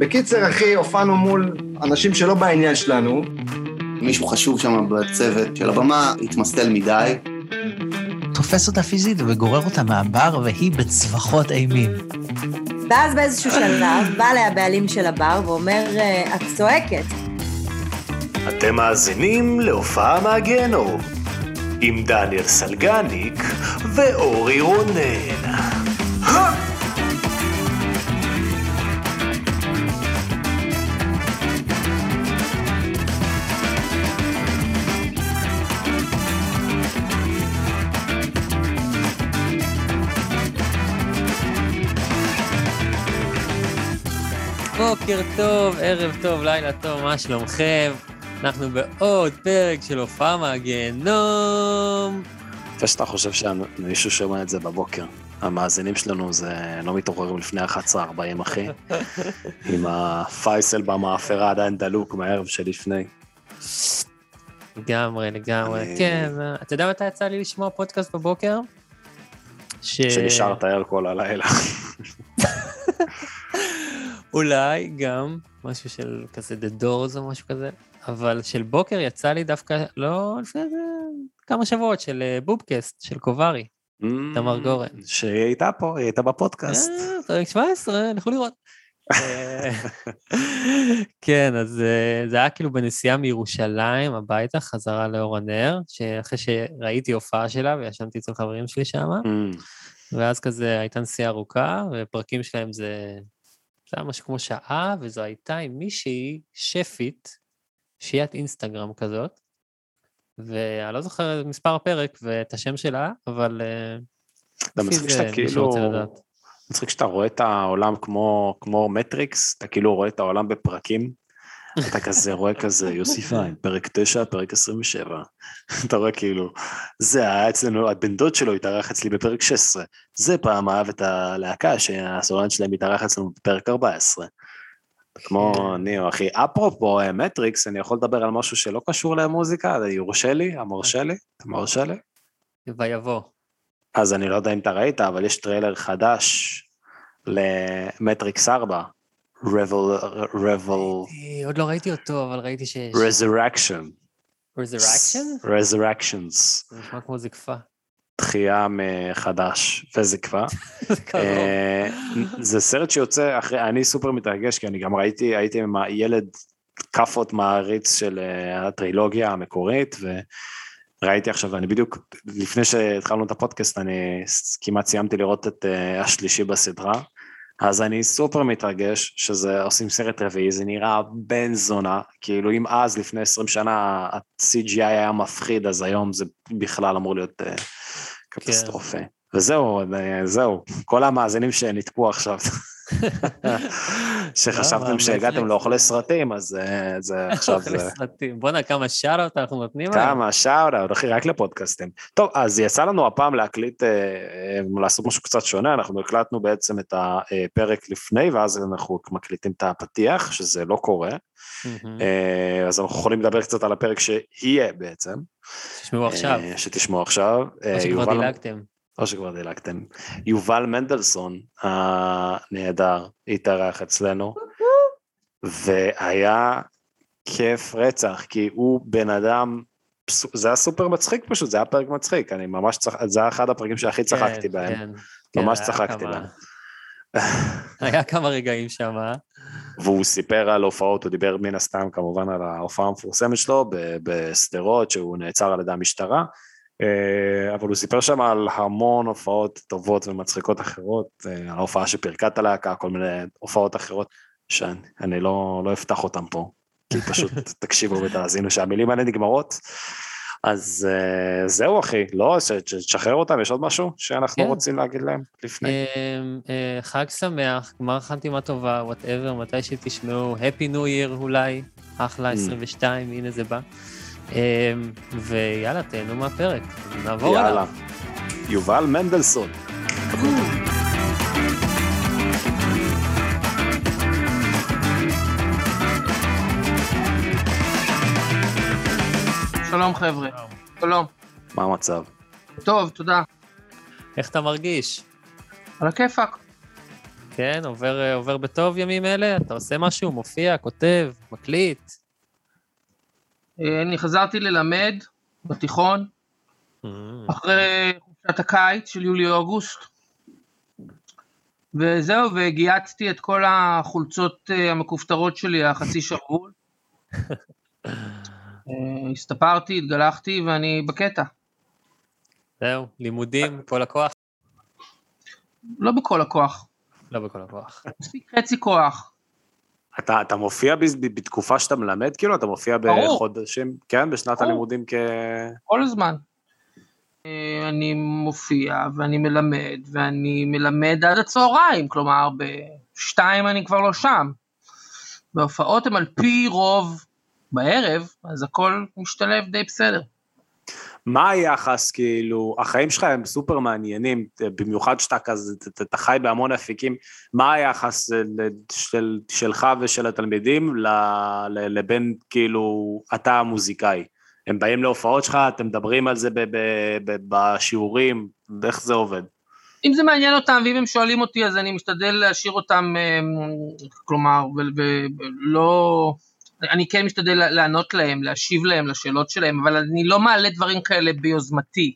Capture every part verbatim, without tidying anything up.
בקיצר, אחי, הופענו מול אנשים שלא בעניין שלנו. מישהו חשוב שם בצוות של הבמה, התמסטל מדי. תופס אותה פיזית וגורר אותה מהבר, והיא בצווחות אימים. ואז באיזשהו שלב, בא לה הבעלים של הבר ואומר, את צועקת. אתם מאזינים להופעה מהגיהנום, עם דניאל סלגניק ואורי רונן. בוקר טוב, ערב טוב, לילה טוב, מה שלומכם? אנחנו בעוד פרק של הופעה מהגיהנום. לפני שאתה חושב שמישהו שומע את זה בבוקר, המאזינים שלנו זה לא מתעוררים לפני אחת עשרה ארבעים, אחי. עם הפייסל במאפרה עדיין דלוק מהערב שלפני. לגמרי, לגמרי. כן, אתה יודע מתי יצא לי לשמוע פודקאסט בבוקר? שנשארת ער כל הלילה. אולי גם משהו של כזה The Doors או משהו כזה, אבל של בוקר יצא לי דווקא, לא לפני זה, כמה שבועות של בובקאסט, של קוברי, תמר גורן. שהיא הייתה פה, היא הייתה בפודקאסט. פרק שבע עשרה, נכו לראות. כן, אז זה היה כאילו בנסיעה מירושלים, הביתה, חזרה לאור הנר, שאחרי שראיתי הופעה שלה, וישנתי אצל חברים שלי שם, ואז כזה הייתה נסיעה ארוכה, ופרקים שלהם זה... זה היה משהו כמו שעה, וזו הייתה עם מישהי שפית, שיית אינסטגרם כזאת, ואני לא זוכר את מספר הפרק ואת השם שלה, אבל... זה מצחיק שאתה כאילו... מצחיק שאתה רואה את העולם כמו, כמו מטריקס, אתה כאילו רואה את העולם בפרקים, אתה כזה רואה כזה, יוסי פיין, פרק תשע, פרק עשרים ושבע, אתה רואה כאילו, זה היה אצלנו, הבן דוד שלו התארח אצלי בפרק שש עשרה, זה פעם אהב את הלהקה, שהסולן שלהם התארח אצלנו בפרק ארבע עשרה, כמו אני, אחי, אפרופו מטריקס, אני יכול לדבר על משהו שלא קשור למוזיקה, זה יורשה לי, המורשה לי, אתה מורשה לי? ויבוא. אז אני לא יודע אם אתה ראית, אבל יש טריילר חדש למטריקס ארבע, רבל, רבל... עוד לא ראיתי אותו, אבל ראיתי ש... Resurrection. Resurrection? Resurrections. זה נשמע כמו זקפה. תחייה מחדש, וזקפה. זה סרט שיוצא אחרי, אני סופר מתרגש, כי אני גם ראיתי, הייתי עם הילד כפות מעריץ של הטרילוגיה המקורית, וראיתי עכשיו, אני בדיוק, לפני שהתחלנו את הפודקאסט, אני כמעט סיימתי לראות את השלישי בסדרה, אז אני סופר מתרגש שזה עושים סרט רביעי, זה נראה בן זונה, כאילו אם אז לפני עשרים שנה ה-סי ג'י איי היה מפחיד, אז היום זה בכלל אמור להיות uh, קטסטרופה. כן. וזהו, זהו, כל המאזינים שנתקעו עכשיו, שחשבתם שהגעתם לאוכלי סרטים, אז זה עכשיו... אוכלי סרטים, בוא נע, כמה שאוט אנחנו נותנים? כמה שאוט, אחי, רק לפודקאסטים. טוב, אז יצא לנו הפעם להקליט, לעשות משהו קצת שונה, אנחנו הקלטנו בעצם את הפרק לפני, ואז אנחנו מקליטים את הפתיח, שזה לא קורה, אז אנחנו יכולים לדבר קצת על הפרק שיהיה בעצם. שתשמעו עכשיו. שתשמעו עכשיו. או שכבר דילגתם. או שכבר דילגתם. יובל מנדלסון, הנהדר, התארח אצלנו, והיה כיף רצח, כי הוא בן אדם, זה היה סופר מצחיק פשוט, זה היה פרק מצחיק, אני ממש צחק, זה היה אחד הפרקים שהכי צחקתי בהם, ממש צחקתי בהם. היה כמה רגעים שם, אה? והוא סיפר על הופעות, הוא דיבר מן הסתם כמובן על ההופעה המפורסמת שלו, בסדרות, שהוא נעצר על ידי המשטרה, אבל הוא סיפר שם על המון הופעות טובות ומצחיקות אחרות, על ההופעה שפרקת הלהקה, כל מיני הופעות אחרות, שאני לא, לא אפתח אותם פה, כי פשוט תקשיבו ותאזינו שהמילים האלה נגמרות, אז זהו אחי, לא, שתשחרר אותם, יש עוד משהו שאנחנו רוצים להגיד להם לפני? חג שמח, גמר חתימה טובה, whatever, מתי שתשמעו, Happy New Year אולי, אחלה עשרים ושתיים, הנה זה בא. ויאללה, תהנו מהפרק, נעבור עליו. יאללה, יובל מנדלסון. שלום חבר'ה, שלום. מה המצב? טוב, תודה. איך אתה מרגיש? על הכיפק. כן, עובר, עובר בטוב ימים אלה? אתה עושה משהו, מופיע, כותב, מקליט? אני חזרתי ללמד בתיכון, אחרי חופשת הקיץ של יולי-אוגוסט, וזהו, וגייצתי את כל החולצות המכופתרות שלי, החצי שרוול. הסתפרתי, התגלחתי, ואני בקטע. זהו, לימודים, כל הכוח? לא בכל הכוח. לא בכל הכוח. מספיק חצי כוח. אתה, אתה מופיע בתקופה שאתה מלמד, כאילו? אתה מופיע בחודשים, כן, בשנת הלימודים כ... כל הזמן. אני מופיע ואני מלמד, ואני מלמד עד הצהריים, כלומר, בשתיים אני כבר לא שם. בהופעות הם על פי רוב בערב, אז הכל משתלב די בסדר. מה היחס, כאילו, החיים שלך הם סופר מעניינים, במיוחד שאתה כזה, אתה חי בהמון אפיקים, מה היחס של, שלך ושל התלמידים לבין, כאילו, אתה המוזיקאי? הם באים להופעות שלך, אתם מדברים על זה ב- ב- ב- בשיעורים, ואיך זה עובד? אם זה מעניין אותם, ואם הם שואלים אותי, אז אני משתדל להשאיר אותם, כלומר, ולא... אני כן משתדל לענות להם, להשיב להם לשאלות שלהם, אבל אני לא מעלה דברים כאלה ביוזמתי.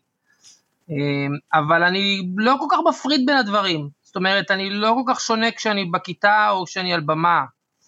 אבל אני לא כל כך מפריד בין הדברים. זאת אומרת, אני לא כל כך שונה כשאני בכיתה או כשאני על במה.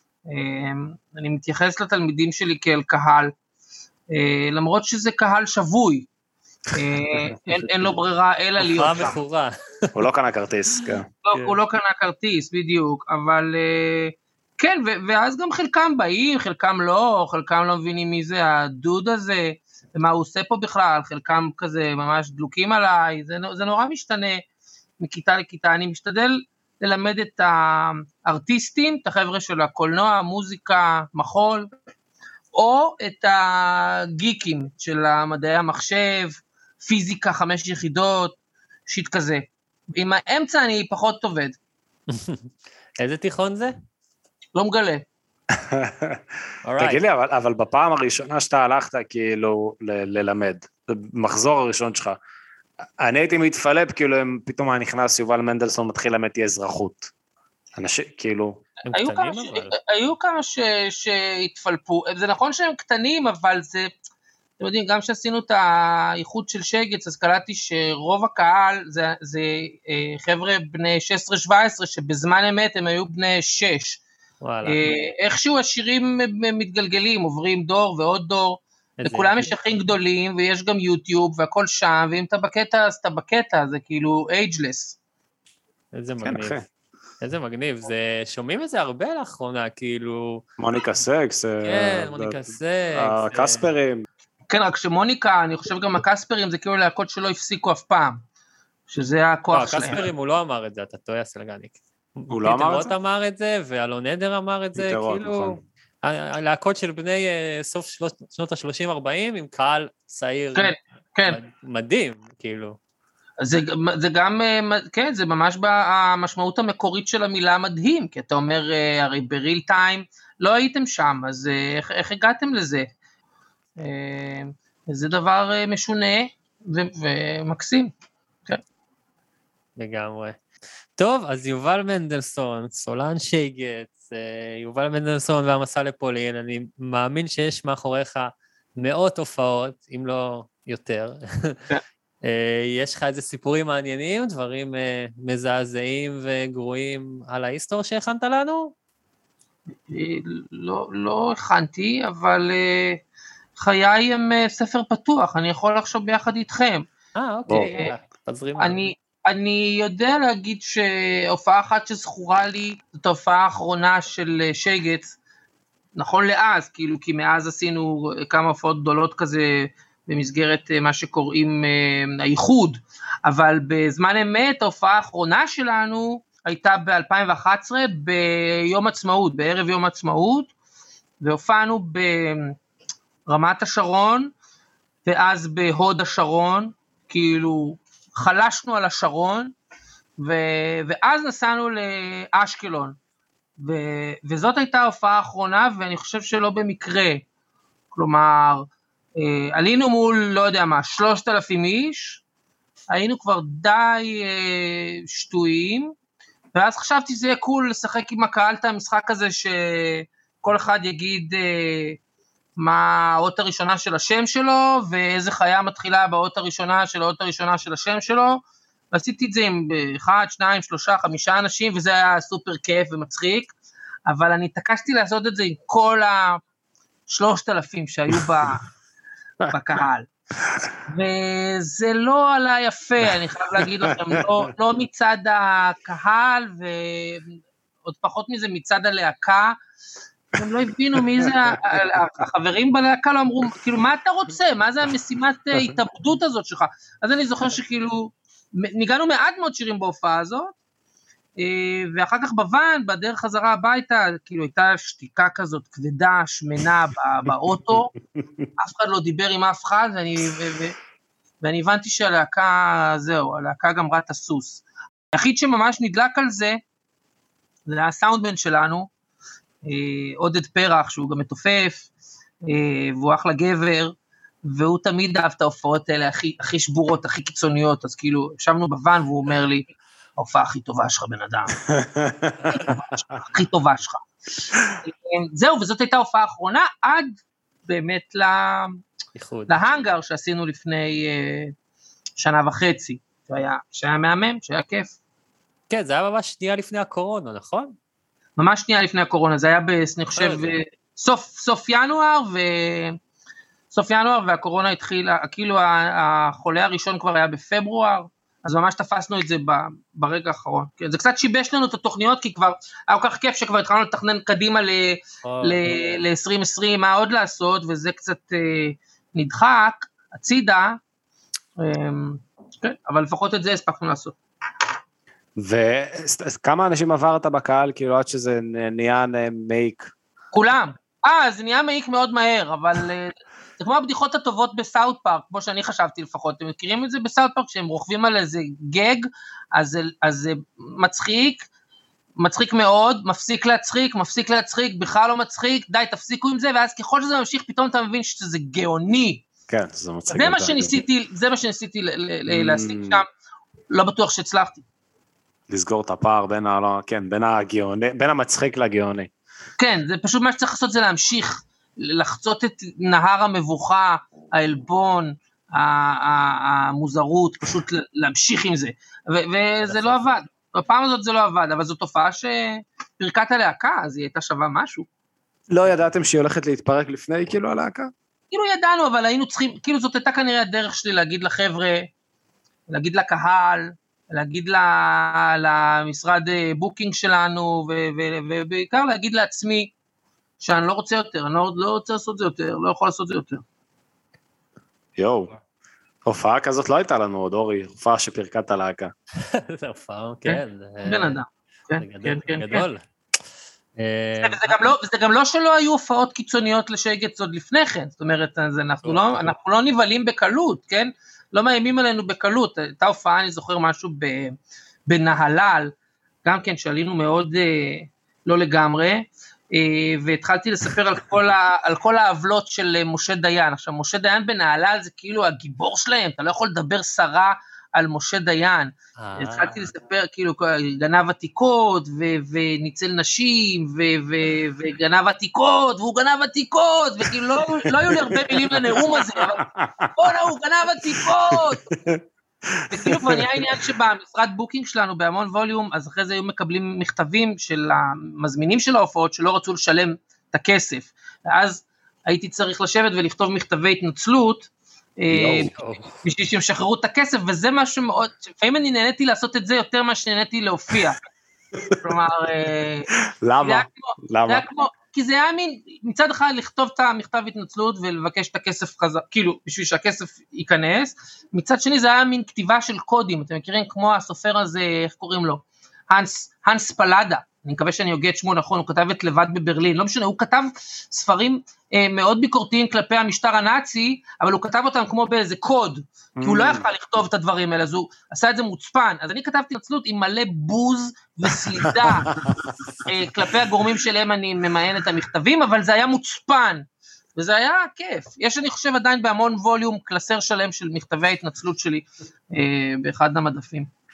אני מתייחס לתלמידים שלי כאל קהל, למרות שזה קהל שבוי. אין, אין לו ברירה אלא להיות שם. מכורה. הוא לא קנה כרטיס, כן. לא, הוא לא קנה כרטיס, בדיוק, אבל... כן, ואז גם חלקם באים, חלקם לא, חלקם לא מבינים מי זה הדוד הזה, ומה הוא עושה פה בכלל, חלקם כזה ממש דלוקים עליי, זה, זה נורא משתנה מכיתה לכיתה. אני משתדל ללמד את הארטיסטים, את החבר'ה של הקולנוע, מוזיקה, מחול, או את הגיקים של המדעי המחשב, פיזיקה, חמש יחידות, שיט כזה. עם האמצע אני פחות עובד. איזה תיכון זה? לא מגלה. תגיד לי, אבל, אבל בפעם הראשונה שאתה הלכת כאילו ל- ללמד, במחזור הראשון שלך, אני הייתי מתפלפ, כאילו הם פתאום היה נכנס, יובל מנדלסון מתחיל ללמד לי אזרחות. אנשים, כאילו... היו כמה, ש... היו כמה ש... שהתפלפו, זה נכון שהם קטנים, אבל זה, אתם יודעים, גם שעשינו את האיחוד של שגץ, אז קלטתי שרוב הקהל זה, זה חבר'ה בני שש עשרה שבע עשרה, שבזמן אמת הם היו בני שש. וואלה. איכשהו השירים מתגלגלים, עוברים דור ועוד דור, לכולם יש אחים גדולים, ויש גם יוטיוב, והכל שם, ואם אתה בקטע, אז אתה בקטע, זה כאילו אייג'לס. איזה מגניב. איזה מגניב, זה, שומעים את זה הרבה לאחרונה, כאילו... מוניקה סקס. כן, מוניקה סקס. הקספרים. כן, רק שמוניקה, אני חושב גם הקספרים, זה כאילו להקות שלא הפסיקו אף פעם, שזה הכוח שלהם. הקספרים הוא לא אמר את זה, אתה טועה סלגניק. הוא לא אמר את זה? פיטר רוט אמר את זה, ואלון עדר אמר את זה, כאילו... הלהקות של בני סוף שנות ה-שלושים ארבעים, עם קהל צעיר. כן, כן. מדהים, כאילו. זה, זה גם, כן, זה ממש המשמעות המקורית של המילה מדהים, כי אתה אומר, הרי בריל טיים לא הייתם שם, אז איך, איך הגעתם לזה? זה דבר משונה ו- ומקסים. כן. לגמרי. טוב, אז יובל מנדלסון, סולן שייגץ, יובל מנדלסון והמסע לפולין, אני מאמין שיש מאחוריך מאות הופעות, אם לא יותר. כן. יש לך איזה סיפורים מעניינים, דברים מזעזעים וגרועים על ההיסטור שהכנת לנו? לא, לא הכנתי, אבל חיי הם ספר פתוח, אני יכול לחשוב ביחד איתכם. אה, אוקיי, תזרים. אני, אני יודע להגיד שהופעה אחת שזכורה לי, זאת ההופעה האחרונה של שייגץ, נכון לאז, כאילו, כי מאז עשינו כמה הופעות גדולות כזה, במסגרת מה שקוראים האיחוד, אבל בזמן אמת, ההופעה האחרונה שלנו, הייתה ב-אלפיים ואחת עשרה, ביום עצמאות, בערב יום עצמאות, והופענו ברמת השרון, ואז בהוד השרון, כאילו חלשנו על השרון, ו- ואז נסענו לאשקלון, ו- וזאת הייתה ההופעה האחרונה, ואני חושב שלא במקרה, כלומר, עלינו מול, לא יודע מה, שלושת אלפים איש, היינו כבר די שטויים, ואז חשבתי שזה יהיה קול לשחק עם הקהל את המשחק הזה, שכל אחד יגיד מה האות הראשונה של השם שלו, ואיזה חיה מתחילה באות הראשונה של האות הראשונה של השם שלו, ועשיתי את זה עם אחד, שניים, שלושה, חמישה אנשים, וזה היה סופר כיף ומצחיק, אבל אני התעקשתי לעשות את זה עם כל השלושת אלפים שהיו בקהל. וזה לא עלה יפה, אני חייב להגיד לכם, לא, לא מצד הקהל, ועוד פחות מזה מצד הלהקה, הם לא הבינו מי זה, החברים בלהקה לא אמרו, כאילו, מה אתה רוצה? מה זה המשימת התאבדות הזאת שלך? אז אני זוכר שכאילו, ניגענו מעט מאוד שירים בהופעה הזאת, ואחר כך בוואן, בדרך חזרה הביתה, כאילו הייתה שתיקה כזאת כבדה, שמנה באוטו, אף אחד לא דיבר עם אף אחד, ואני, ו, ו, ואני הבנתי שהלהקה, זהו, הלהקה גמרה את הסוס. היחיד שממש נדלק על זה, זה הסאונדמן שלנו, עודד פרח, שהוא גם מתופף, והוא אחלה גבר, והוא תמיד אהב את ההופעות האלה הכי, הכי שבורות, הכי קיצוניות, אז כאילו, ישבנו בוואן והוא אומר לי, ההופעה הכי טובה שלך בן אדם, הכי טובה שלך. זהו, וזאת הייתה הופעה האחרונה, עד באמת להנגר שעשינו לפני שנה וחצי, שהיה מהמם, שהיה כיף. כן, זה היה ממש שנייה לפני הקורונה, נכון? ממש שנייה לפני הקורונה, זה היה, אני חושב, סוף ינואר, סוף ינואר, והקורונה התחילה, כאילו החולה הראשון כבר היה בפברואר, אז ממש תפסנו את זה ברגע האחרון. זה קצת שיבש לנו את התוכניות, כי כבר היה כל כך כיף שכבר התחלנו לתכנן קדימה ל-עשרים עשרים, מה עוד לעשות, וזה קצת נדחק, הצידה, אבל לפחות את זה הספקנו לעשות. וכמה אנשים עברת בקהל, כאילו עד שזה נהיה מייק? כולם. אה, זה נהיה מייק מאוד מהר, אבל זה כמו הבדיחות הטובות בסאוט פארק, כמו שאני חשבתי לפחות, אתם מכירים את זה בסאוט פארק, שהם רוכבים על איזה גג, אז זה מצחיק, מצחיק מאוד, מפסיק להצחיק, מפסיק להצחיק, בכלל לא מצחיק, די, תפסיקו עם זה, ואז ככל שזה ממשיך, פתאום אתה מבין שזה גאוני. כן, זה מצחיק. זה מה שניסיתי, זה מה שניסיתי להשיג שם, לא בטוח שהצלחתי. לסגור את הפער בין ה... כן, בין הגאוני, בין המצחיק לגאוני. כן, זה פשוט מה שצריך לעשות זה להמשיך, לחצות את נהר המבוכה, העלבון, המוזרות, פשוט להמשיך עם זה, וזה לא עבד, בפעם הזאת זה לא עבד, אבל זו תופעה שפרקת הלהקה, אז היא הייתה שווה משהו. לא ידעתם שהיא הולכת להתפרק לפני כאילו הלהקה? כאילו ידענו, אבל היינו צריכים, כאילו זאת הייתה כנראה הדרך שלי להגיד לחבר'ה, להגיד לקהל, להגיד למשרד בוקינג שלנו, ובעיקר להגיד לעצמי, שאני לא רוצה יותר, אני לא רוצה לעשות זה יותר, לא יכול לעשות זה יותר. יואו, הופעה כזאת לא הייתה לנו עוד, אורי, הופעה שפרקת הלהקה. זה הופעה, כן. בן אדם. זה גדול. וזה גם לא שלא היו הופעות קיצוניות לשייגץ עוד לפני כן, זאת אומרת, אנחנו לא נבלים בקלות, כן? לא מאיימים עלינו בקלות, הייתה הופעה, אני זוכר משהו בנהלל, גם כן שעלינו מאוד לא לגמרי, והתחלתי לספר על כל, על כל העוולות של משה דיין. עכשיו, משה דיין בנהלל זה כאילו הגיבור שלהם, אתה לא יכול לדבר שרה על משה דיין. התחלתי לספר כאילו גנב עתיקות, וניצל נשים, וגנב עתיקות, והוא גנב עתיקות, וכאילו לא, לא היו לי הרבה מילים לנאום הזה, אבל בוא'נה, הוא גנב עתיקות. וכאילו כבר נהיה העניין שבמשרד בוקינג שלנו בהמון ווליום, אז אחרי זה היו מקבלים מכתבים של המזמינים של ההופעות, שלא רצו לשלם את הכסף, ואז הייתי צריך לשבת ולכתוב מכתבי התנצלות, בשביל שהם שחררו את הכסף, וזה משהו מאוד, לפעמים אני נהניתי לעשות את זה יותר מה שנהניתי להופיע, כלומר, למה? למה? כי זה היה מין, מצד אחד לכתוב את המכתב התנצלות ולבקש את הכסף חזר, כאילו בשביל שהכסף ייכנס, מצד שני זה היה מין כתיבה של קודים, אתם מכירים כמו הסופר הזה, איך קוראים לו? הנס, הנס פלדה, אני מקווה שאני הוגה את שמו נכון, הוא כתב את לבד בברלין, לא משנה, הוא כתב ספרים אה, מאוד ביקורתיים כלפי המשטר הנאצי, אבל הוא כתב אותם כמו באיזה קוד, כי הוא לא יכול לכתוב את הדברים האלה, אז הוא עשה את זה מוצפן, אז אני כתבתי התנצלות עם מלא בוז וסלידה, אה, כלפי הגורמים שלהם אני ממען את המכתבים, אבל זה היה מוצפן, וזה היה כיף. יש, אני חושב, עדיין בהמון ווליום, קלסר שלם של מכתבי ההתנצלות שלי, אה, באחד המדפים.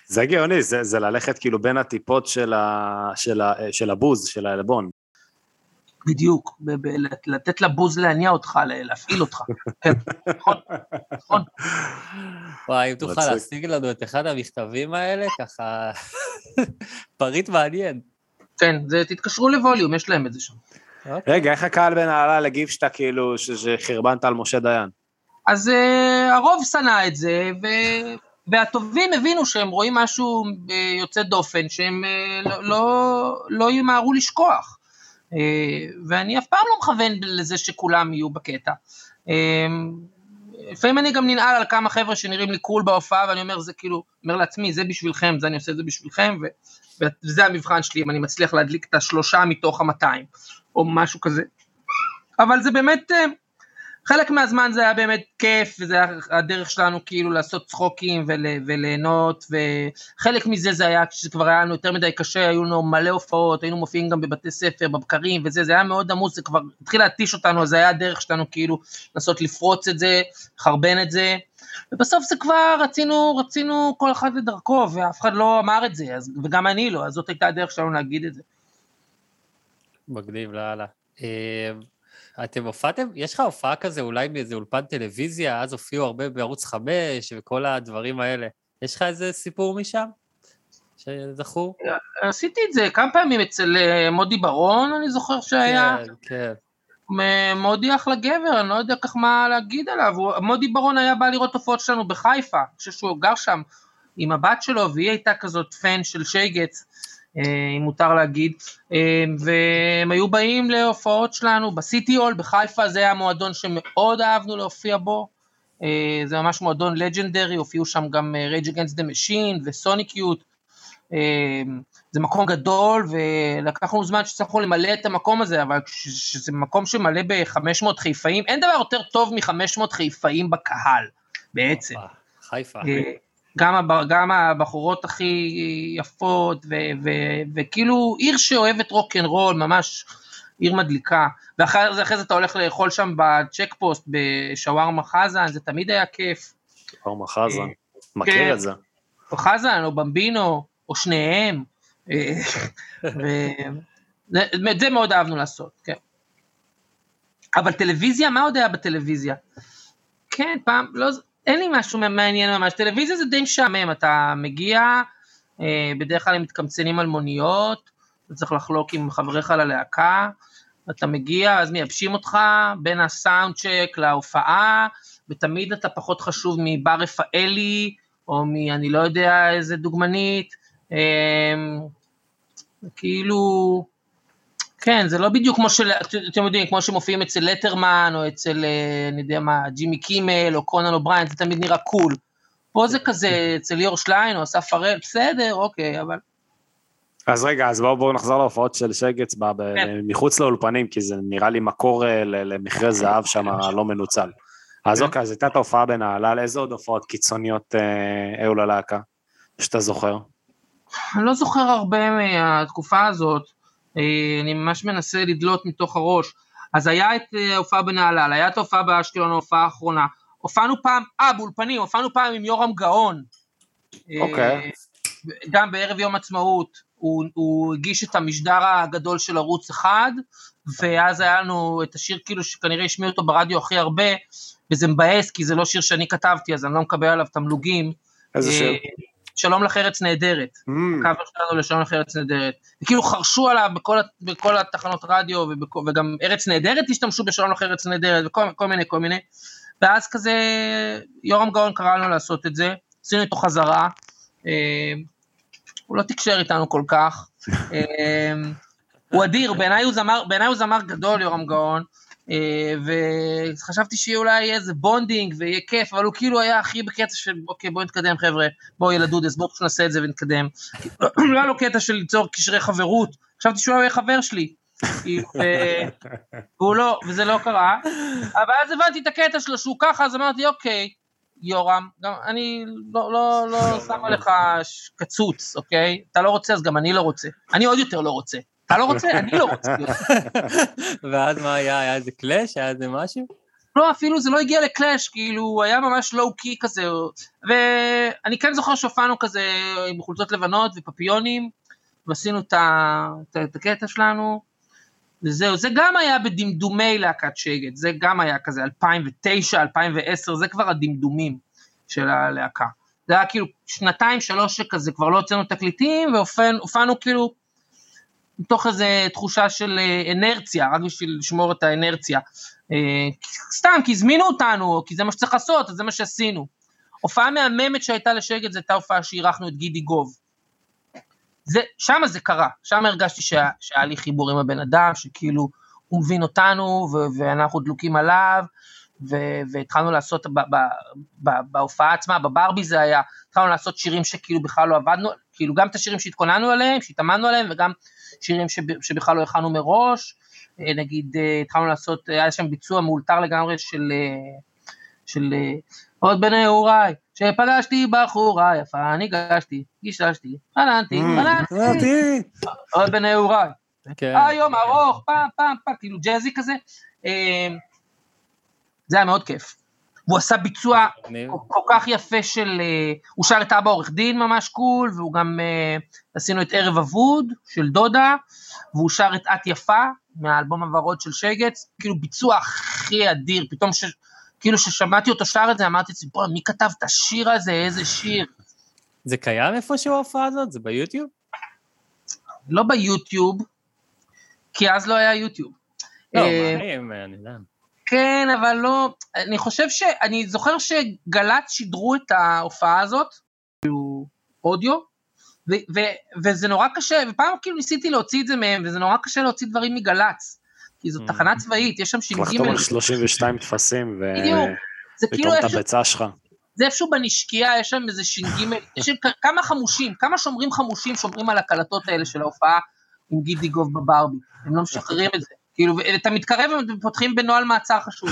זה גאוני, זה, זה ללכת כאילו בין הטיפות של, ה, של, ה, של הבוז, של העלבון. בדיוק, ב- ב- לתת לבוז להניע אותך, להפעיל אותך. כן, נכון, נכון. וואי, אם תוכל להשיג לנו את אחד המכתבים האלה, ככה פריט מעניין. כן, זה תתקשרו לווליום, יש להם את זה שם. רגע, איך הקהל בנהלל הגיב שאתה כאילו, שחרבנת על משה דיין? אז uh, הרוב שנא את זה, ו... והטובים הבינו שהם רואים משהו uh, יוצא דופן, שהם uh, לא, לא, לא ימהרו לשכוח. Uh, ואני אף פעם לא מכוון לזה שכולם יהיו בקטע. Uh, לפעמים אני גם ננעל על כמה חבר'ה שנראים לי קול בהופעה, ואני אומר, זה כאילו, אומר לעצמי, זה בשבילכם, זה אני עושה את זה בשבילכם, ו... וזה המבחן שלי, אם אני מצליח להדליק את השלושה מתוך המאתיים, או משהו כזה. אבל זה באמת... Uh, חלק מהזמן זה היה באמת כיף, וזה היה הדרך שלנו כאילו לעשות צחוקים וליהנות, וחלק מזה זה היה, כשזה כבר היה לנו יותר מדי קשה, היו לנו מלא הופעות, היינו מופיעים גם בבתי ספר, בבקרים, וזה, זה היה מאוד עמוס, זה כבר התחיל להתיש אותנו, אז זה היה הדרך שלנו כאילו לעשות לפרוץ את זה, חרבן את זה, ובסוף זה כבר רצינו, רצינו כל אחד לדרכו, ואף אחד לא אמר את זה, אז, וגם אני לא, אז זאת הייתה הדרך שלנו להגיד את זה. מגניב, לאללה. אתם הופעתם, יש לך הופעה כזה אולי מאיזה אולפן טלוויזיה, אז הופיעו הרבה בערוץ חמש וכל הדברים האלה. יש לך איזה סיפור משם שזכור? עשיתי את זה כמה פעמים אצל מודי ברון, אני זוכר שהיה. כן, כן. מודי אחלה גבר, אני לא יודע כך מה להגיד עליו. מודי ברון היה בא לראות הופעות שלנו בחיפה, אני חושב שהוא גר שם עם הבת שלו, והיא הייתה כזאת פן של שייגץ, אם מותר להגיד, והם היו באים להופעות שלנו בסיטי הול, בחיפה, זה היה מועדון שמאוד אהבנו להופיע בו, זה ממש מועדון לג'נדרי, הופיעו שם גם Rage Against the Machine וסוניק יוט, זה מקום גדול, ולקחנו זמן שצריכו למלא את המקום הזה, אבל שזה מקום שמלא ב-חמש מאות חיפאים, אין דבר יותר טוב מ-חמש מאות חיפאים בקהל, בעצם. חיפה. גם, גם הבחורות הכי יפות, ו, ו, וכאילו עיר שאוהבת רוק'נ'רול, ממש עיר מדליקה, ואחרי זה, אחרי זה אתה הולך לאכול שם בצ'ק פוסט, בשווארמה חזן, זה תמיד היה כיף. שווארמה חזן, מכיר את זה. או חזן, או במבינו, או שניהם, וזה מאוד אהבנו לעשות, כן. אבל טלוויזיה, מה עוד היה בטלוויזיה? כן, פעם, לא... אין לי משהו מעניין ממש, טלוויזיה זה די משעמם, אתה מגיע, בדרך כלל הם מתקמצנים על מוניות, אתה צריך לחלוק עם חבריך ללהקה, אתה מגיע, אז מייבשים אותך, בין הסאונד צ'ק להופעה, ותמיד אתה פחות חשוב מבר רפאלי, או מ, אני לא יודע איזה דוגמנית, כאילו... כן, זה לא בדיוק כמו של, אתם יודעים, כמו שמופיעים אצל לטרמן, או אצל, אני יודע מה, ג'ימי קימל, או קונן אובריין, זה תמיד נראה קול. פה זה כזה, אצל ליאור שליין, או אסף הראל, בסדר, אוקיי, אבל... אז רגע, אז בואו בוא נחזור להופעות של שגץ, כן. מחוץ לאולפנים, כי זה נראה לי מקור למכרה זהב שם לא מנוצל. אז כן. אוקיי, אז הייתה את ההופעה בנהלל, איזה עוד הופעות קיצוניות אה, היו ללהקה, שאתה זוכר? אני לא זוכר הרבה מהתקופה הזאת, אני ממש מנסה לדלות מתוך הראש, אז היה את ההופעה בנהלל, היה את ההופעה באשקלון, ההופעה האחרונה, הופענו פעם, אה, באולפנים, הופענו פעם עם יורם גאון, אוקיי. גם בערב יום עצמאות, הוא, הוא הגיש את המשדר הגדול של ערוץ אחד, ואז היה לנו את השיר כאילו שכנראה השמיע אותו ברדיו הכי הרבה, וזה מבאס, כי זה לא שיר שאני כתבתי, אז אני לא מקבל עליו תמלוגים. איזה שיר? שלום לך ארץ נהדרת, הקאבר שלנו לשלום לך ארץ נהדרת, וכאילו חרשו עליו בכל, בכל התחנות רדיו, ובכל, וגם ארץ נהדרת השתמשו בשלום לך ארץ נהדרת, וכל כל מיני, כל מיני, ואז כזה, יורם גאון קרא לנו לעשות את זה, עשינו איתו חזרה, אה, הוא לא תקשר איתנו כל כך, אה, הוא אדיר, בעיניי הוא זמר, בעיניי הוא זמר גדול יורם גאון, וחשבתי שיהיה אולי איזה בונדינג ויהיה כיף, אבל הוא כאילו היה הכי בקטע של אוקיי בואו נתקדם חבר'ה, בואו ילדודס, בואו נעשה את זה ונתקדם, לא היה לו קטע של ליצור קשרי חברות, חשבתי שהוא היה חבר שלי, והוא לא, וזה לא קרה, אבל אז הבנתי את הקטע שלו שהוא ככה, אז אמרתי אוקיי, יורם, גם אני לא, לא, לא שמה לך קצוץ, אוקיי, אתה לא רוצה אז גם אני לא רוצה, אני עוד יותר לא רוצה, אתה לא רוצה? אני לא רוצה. ואז מה היה? היה איזה קלאש? היה איזה משהו? לא, אפילו זה לא הגיע לקלאש, כאילו, הוא היה ממש לואו-קי כזה, ואני כן זוכר שהופענו כזה, עם חולצות לבנות ופפיונים, ועשינו את, את, את הקטע שלנו, וזהו, זה גם היה בדמדומי להקת שגת, זה גם היה כזה אלפיים ותשע, אלפיים ועשר, זה כבר הדמדומים של הלהקה. זה היה כאילו שנתיים, שלוש שכזה, כבר לא הוצאנו תקליטים, והופענו כאילו, מתוך איזו תחושה של אנרציה, רק בשביל לשמור את האנרציה, סתם, כי הזמינו אותנו, כי זה מה שצריך לעשות, אז זה מה שעשינו. הופעה מהממת שהייתה לשגת, זו הייתה הופעה שאירחנו את גידי גוב. זה, שם זה קרה, שם הרגשתי שה, שהיה לי חיבור עם הבן אדם, שכאילו הוא מבין אותנו, ו- ואנחנו דלוקים עליו, ו- והתחלנו לעשות, ב- ב- ב- בהופעה עצמה, בברבי זה היה, התחלנו לעשות שירים שכאילו בכלל לא עבדנו, כאילו גם את השירים שהתכוננו עליהם, שהתאמנו עליהם, וגם שירים שב- שבכלל לא הכנו מראש, נגיד, התחלנו לעשות, היה שם ביצוע מאולתר לגמרי של, של עוד בני אוריי, שפגשתי בחורה יפה, ניגשתי, גיששתי, חננתי, חננתי, עוד בני אוריי, היום ארוך, פעם, פעם, פעם, כאילו ג'זי כזה, זה היה מאוד כיף, והוא עשה ביצוע כל כך יפה של, הוא שר את אבא עורך דין ממש קול, והוא גם, עשינו את ערב אבוד של דודה, והוא שר את את יפה, מהאלבום הוורוד של שגץ, כאילו ביצוע הכי אדיר, פתאום ש... כאילו ששמעתי אותו שר את זה, אמרתי לעצמי, בוא, מי כתב את השיר הזה, איזה שיר? זה קיים איפשהו ההופעה הזאת? זה ביוטיוב? לא ביוטיוב, כי אז לא היה יוטיוב. לא, מה, אני יודע. כן, אבל לא, אני חושב ש... אני זוכר שגל"צ שידרו את ההופעה הזאת, כאילו אודיו, ו- ו- וזה נורא קשה, ופעם כאילו ניסיתי להוציא את זה מהם, וזה נורא קשה להוציא דברים מגל"צ, כי זו תחנה צבאית, יש שם שינגים... לחתום על שלושים ושתיים תפסים, ופתאום את הביצה שלך. זה איפשהו בנשקייה, יש שם איזה שינגים, יש שם כמה חמושים, כמה שומרים חמושים שומרים על הקלטות האלה של ההופעה, עם גידי גוב בברבי, הם לא משחררים את זה, כאילו, אתה מתקרב ופותחים בנוהל מעצר חשוב.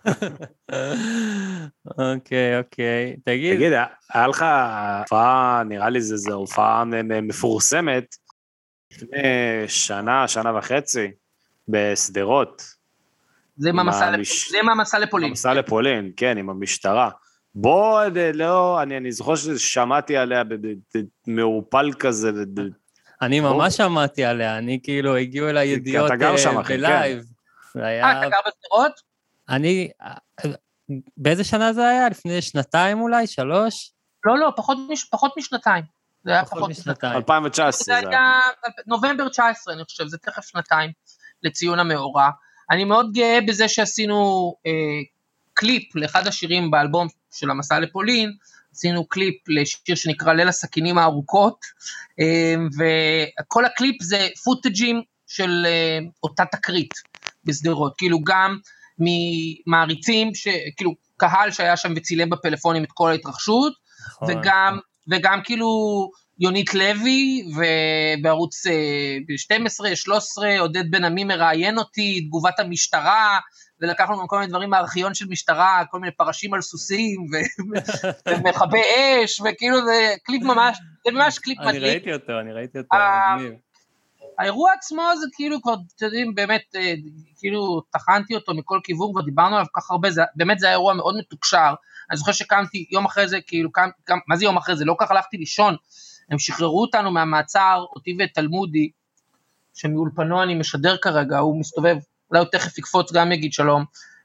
אוקיי, אוקיי, תגיד. תגיד, היה לך הופעה, נראה לי זו הופעה מפורסמת, לפני שנה, שנה וחצי, בסדרות. זה עם המסע לפולין. המסע לפולין, כן, עם המשטרה. בוא, לא, אני זוכר ששמעתי עליה מעורפל כזה. אני ממש שמעתי עליה, אני כאילו, הגיעו אליי ידיעות בלייב. אה, אתה גר בסדרות? אני, באיזה שנה זה היה? לפני שנתיים אולי? שלוש? לא, לא, פחות, פחות משנתיים. זה היה פחות משנתיים. אלפיים ותשע עשרה זה היה נובמבר תשע עשרה, אני חושב, זה תכף שנתיים לציון המאורע. אני מאוד גאה בזה שעשינו אה, קליפ לאחד השירים באלבום של המסע לפולין, עשינו קליפ לשיר שנקרא ליל הסכינים הארוכות, אה, וכל הקליפ זה פוטג'ים של אה, אותה תקרית בסדרות, כאילו גם ממעריצים, כאילו קהל שהיה שם וצילם בפלאפונים את כל ההתרחשות, וגם, וגם כאילו יונית לוי, ובערוץ שתים עשרה, שלוש עשרה, עודד בן עמי מראיין אותי, תגובת המשטרה, ולקחנו גם כל מיני דברים מהארכיון של משטרה, כל מיני פרשים על סוסים, ומכבי אש, וכאילו זה קליפ ממש, זה ממש קליפ מדליק. אני ראיתי אותו, אני ראיתי אותו, מגניב. האירוע עצמו זה כאילו כבר, אתם יודעים, באמת, כאילו תחנתי אותו מכל כיוון, כבר דיברנו עליו כך הרבה, זה, באמת זה היה אירוע מאוד מתוקשר, אני זוכר שקמתי יום אחרי זה, כאילו, קם, קם, מה זה יום אחרי זה? לא כך הלכתי לישון, הם שחררו אותנו מהמעצר, אותי ואת תלמודי, שמאולפנו אני משדר כרגע, הוא מסתובב, אולי הוא תכף יקפוץ, גם יגיד שלום,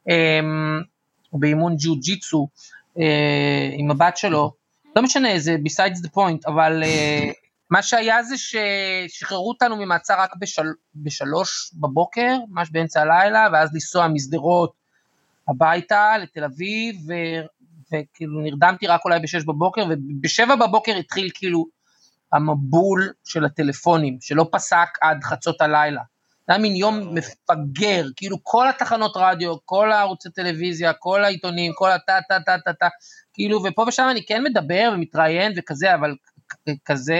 באימון ג'יו-ג'יצו, עם הבת שלו, לא משנה, זה besides the point, אבל מה שהיה זה ששחררו אותנו ממעצר רק בשל, בשלוש בבוקר, ממש באמצע הלילה, ואז לנסוע מסדרות הביתה לתל אביב, ו, וכאילו נרדמתי רק אולי בשש בבוקר, ובשבע בבוקר התחיל כאילו המבול של הטלפונים, שלא פסק עד חצות הלילה. זה היה מין יום מפגר, כאילו כל התחנות רדיו, כל הערוצי טלוויזיה, כל העיתונים, כל הטה, טה, טה, טה, טה, כאילו, ופה ושם אני כן מדבר ומתראיין וכזה, אבל כזה,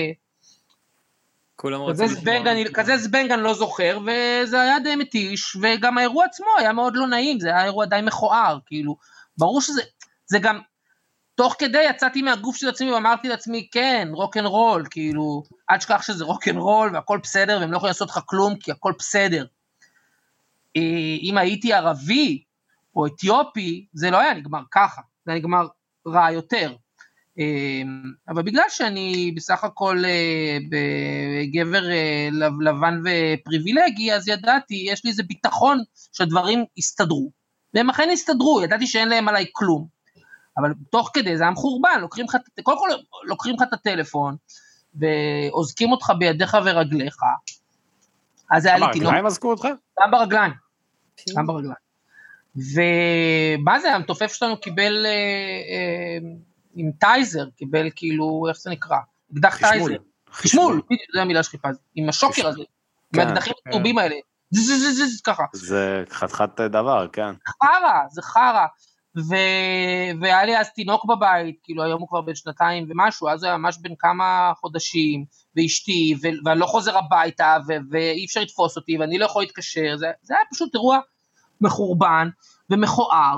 כזה זבנג, אני, כזה זבנג אני לא זוכר, וזה היה די מתיש, וגם האירוע עצמו היה מאוד לא נעים, זה היה אירוע די מכוער, כאילו, ברור שזה, זה גם, תוך כדי יצאתי מהגוף של עצמי, ואמרתי לעצמי, כן, רוק אנד רול, כאילו, עד שכח שזה רוק אנד רול, והכל בסדר, והם לא יכולים לעשות לך כלום, כי הכל בסדר. אם הייתי ערבי, או אתיופי, זה לא היה נגמר ככה, זה היה נגמר רע יותר. אבל בגלל שאני בסך הכל גבר לבן ופריבילגי, אז ידעתי, יש לי איזה ביטחון שהדברים יסתדרו. והם אכן יסתדרו, ידעתי שאין להם עליי כלום. אבל תוך כדי, זה היה מחורבן, לוקחים לך, קודם כל לוקחים לך את הטלפון, ועוזקים אותך בידיך ורגליך, אז היה לי תינוק. ברגליים עזקו אותך? גם ברגליים, גם ברגליים. ומה זה, המתופף שלנו קיבל עם טייזר, קיבל כאילו, איך זה נקרא? אקדח טייזר. חשמול, זו המילה שחיפז, עם השוקר הזה, עם האקדחים הטובים האלה, זזזזז, ככה. זה חתיכת דבר, כן. חרה, זה חרה. והיה לי אז תינוק בבית, כאילו היום הוא כבר בין שנתיים ומשהו, אז הוא היה ממש בין כמה חודשים, ואשתי, ואני לא חוזר הביתה, ואי אפשר לתפוס אותי, ואני לא יכול להתקשר, זה היה פשוט אירוע מחורבן ומכוער,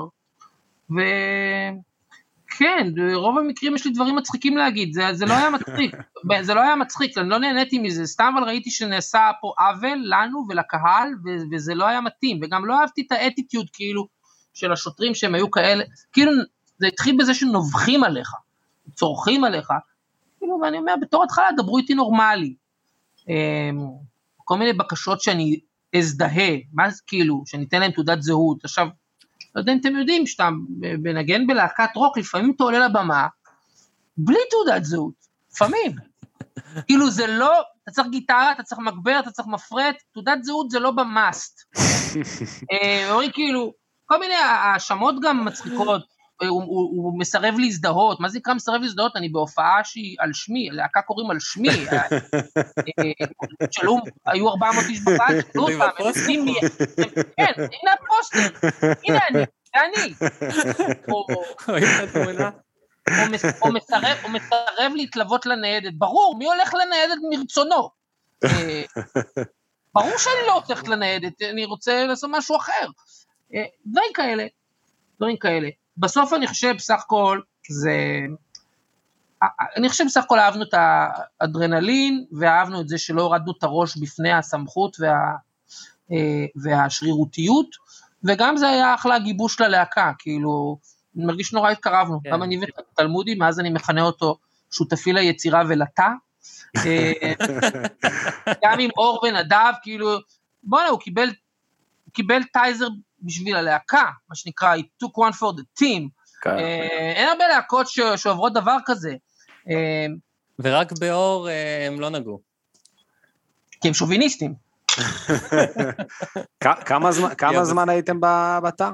וכן, ברוב המקרים יש לי דברים מצחיקים להגיד, זה לא היה מצחיק, זה לא היה מצחיק, אני לא נהניתי מזה, סתם אבל ראיתי שנעשה פה עוול לנו ולקהל, וזה לא היה מתאים, וגם לא אהבתי את האטיטיוד כאילו, של השוטרים שהם היו כאלה, כאילו זה התחיל בזה שנובחים עליך, צורכים עליך, כאילו, ואני אומר, בתור התחלה, דברו איתי נורמלי, כל מיני בקשות שאני אזדהה, מה זה כאילו, שניתן להם תעודת זהות, עכשיו, לא יודע אם אתם יודעים, שאתה בנגן בלהקת רוק, לפעמים אתה עולה לבמה, בלי תעודת זהות, לפעמים, כאילו זה לא, אתה צריך גיטרה, אתה צריך מגבר, אתה צריך מפרט, תעודת זהות זה לא במאסט, אומרים כאילו, כל מיני האשמות גם מצחיקות, הוא, הוא, הוא מסרב להזדהות, מה זה נקרא מסרב להזדהות? אני בהופעה שהיא על שמי, להקה קוראים על שמי, שלום, היו ארבע מאות איש בקהל, שלום אותם, כן, הנה הפוסטר, הנה אני, זה אני, הוא מסרב להתלוות לניידת, ברור, מי הולך לניידת מרצונו? ברור שאני לא הולכת לניידת, אני רוצה לעשות משהו אחר, דברים כאלה, דברים כאלה. בסוף אני חושב בסך הכל, זה, אני חושב בסך הכל אהבנו את האדרנלין, ואהבנו את זה שלא הורדנו את הראש בפני הסמכות וה, והשרירותיות, וגם זה היה אחלה גיבוש ללהקה, כאילו, אני מרגיש נורא התקרבנו, גם אני ותלמודי, מאז אני מכנה אותו שותפי ליצירה ולתה, גם עם אור ונדב, כאילו, בוא'נה, הוא קיבל, הוא קיבל טייזר בשביל הלהקה, מה שנקרא, it took one for the team, אין הרבה להקות שעוברות דבר כזה. ורק באור הם לא נגעו. כי הם שוביניסטים. כמה זמן הייתם בתא?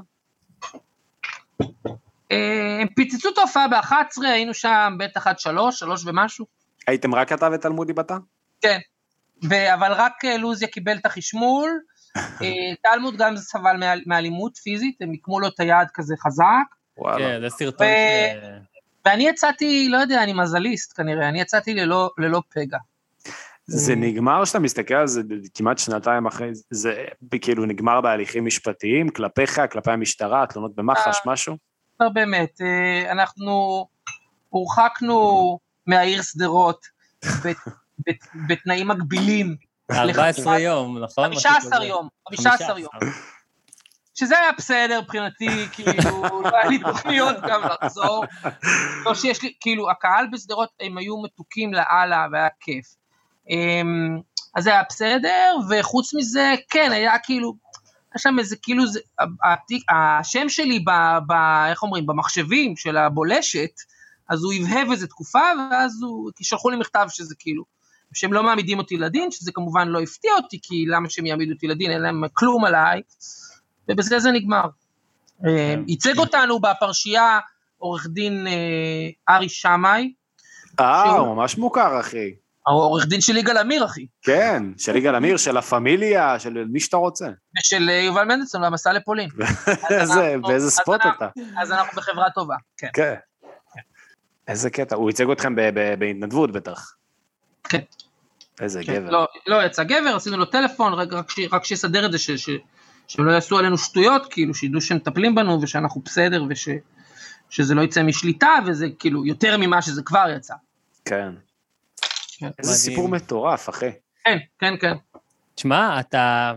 הם פיצצו את ההופעה ב-אחת עשרה, היינו שם בטח עד שלוש, שלוש ומשהו. הייתם רק אתה ותלמודי בתא? כן, אבל רק לוזיה קיבל את החשמול, תלמוד גם סבל מאלימות פיזית, הם יקמו לו את היד כזה חזק. כן, זה סרטון. ואני יצאתי, לא יודע, אני מזליסט כנראה, אני יצאתי ללא פגע. זה נגמר שאתה מסתכל על זה כמעט שנתיים אחרי, זה כאילו נגמר בהליכים משפטיים, כלפיך, כלפי המשטרה, תלונות במח"ש, משהו? לא באמת, אנחנו הורחקנו מהעיר סדרות, בתנאים מגבילים, ארבע עשרה יום, נכון? חמישה עשר יום, חמישה עשר יום. שזה היה בסדר, מבחינתי, כאילו, לא היה לי תוכניות גם לחזור. לא שיש לי, כאילו, הקהל בסדרות, הם היו מתוקים לאללה, והיה כיף. אז זה היה בסדר, וחוץ מזה, כן, היה כאילו, יש שם איזה, כאילו, השם שלי, איך אומרים, במחשבים של הבולשת, אז הוא הבהב איזה תקופה, ואז הוא, כי שלחו לי מכתב שזה כאילו, שהם לא מעמידים אותי לדין, שזה כמובן לא הפתיע אותי, כי למה שהם יעמידו אותי לדין, אין להם כלום עליי, ובזה זה נגמר. ייצג אותנו בפרשייה, עורך דין ארי שמאי. אה, הוא ממש מוכר, אחי. העורך דין של יגאל עמיר, אחי. כן, של יגאל עמיר, של הפמיליה, של מי שאתה רוצה. ושל יובל מנדלסון, והמסע לפולין. באיזה ספוט אתה. אז אנחנו בחברה טובה, כן. כן. איזה קטע, הוא ייצג אתכם בהתנדבות בטח. כן. איזה גבר. לא יצא גבר, עשינו לו טלפון, רק שיסדר את זה, שהם לא יעשו עלינו שטויות, כאילו שידעו שהם מטפלים בנו, ושאנחנו בסדר, ושזה לא יצא משליטה, וזה כאילו יותר ממה שזה כבר יצא. כן. איזה סיפור מטורף, אחי. כן, כן, כן. תשמע, אתה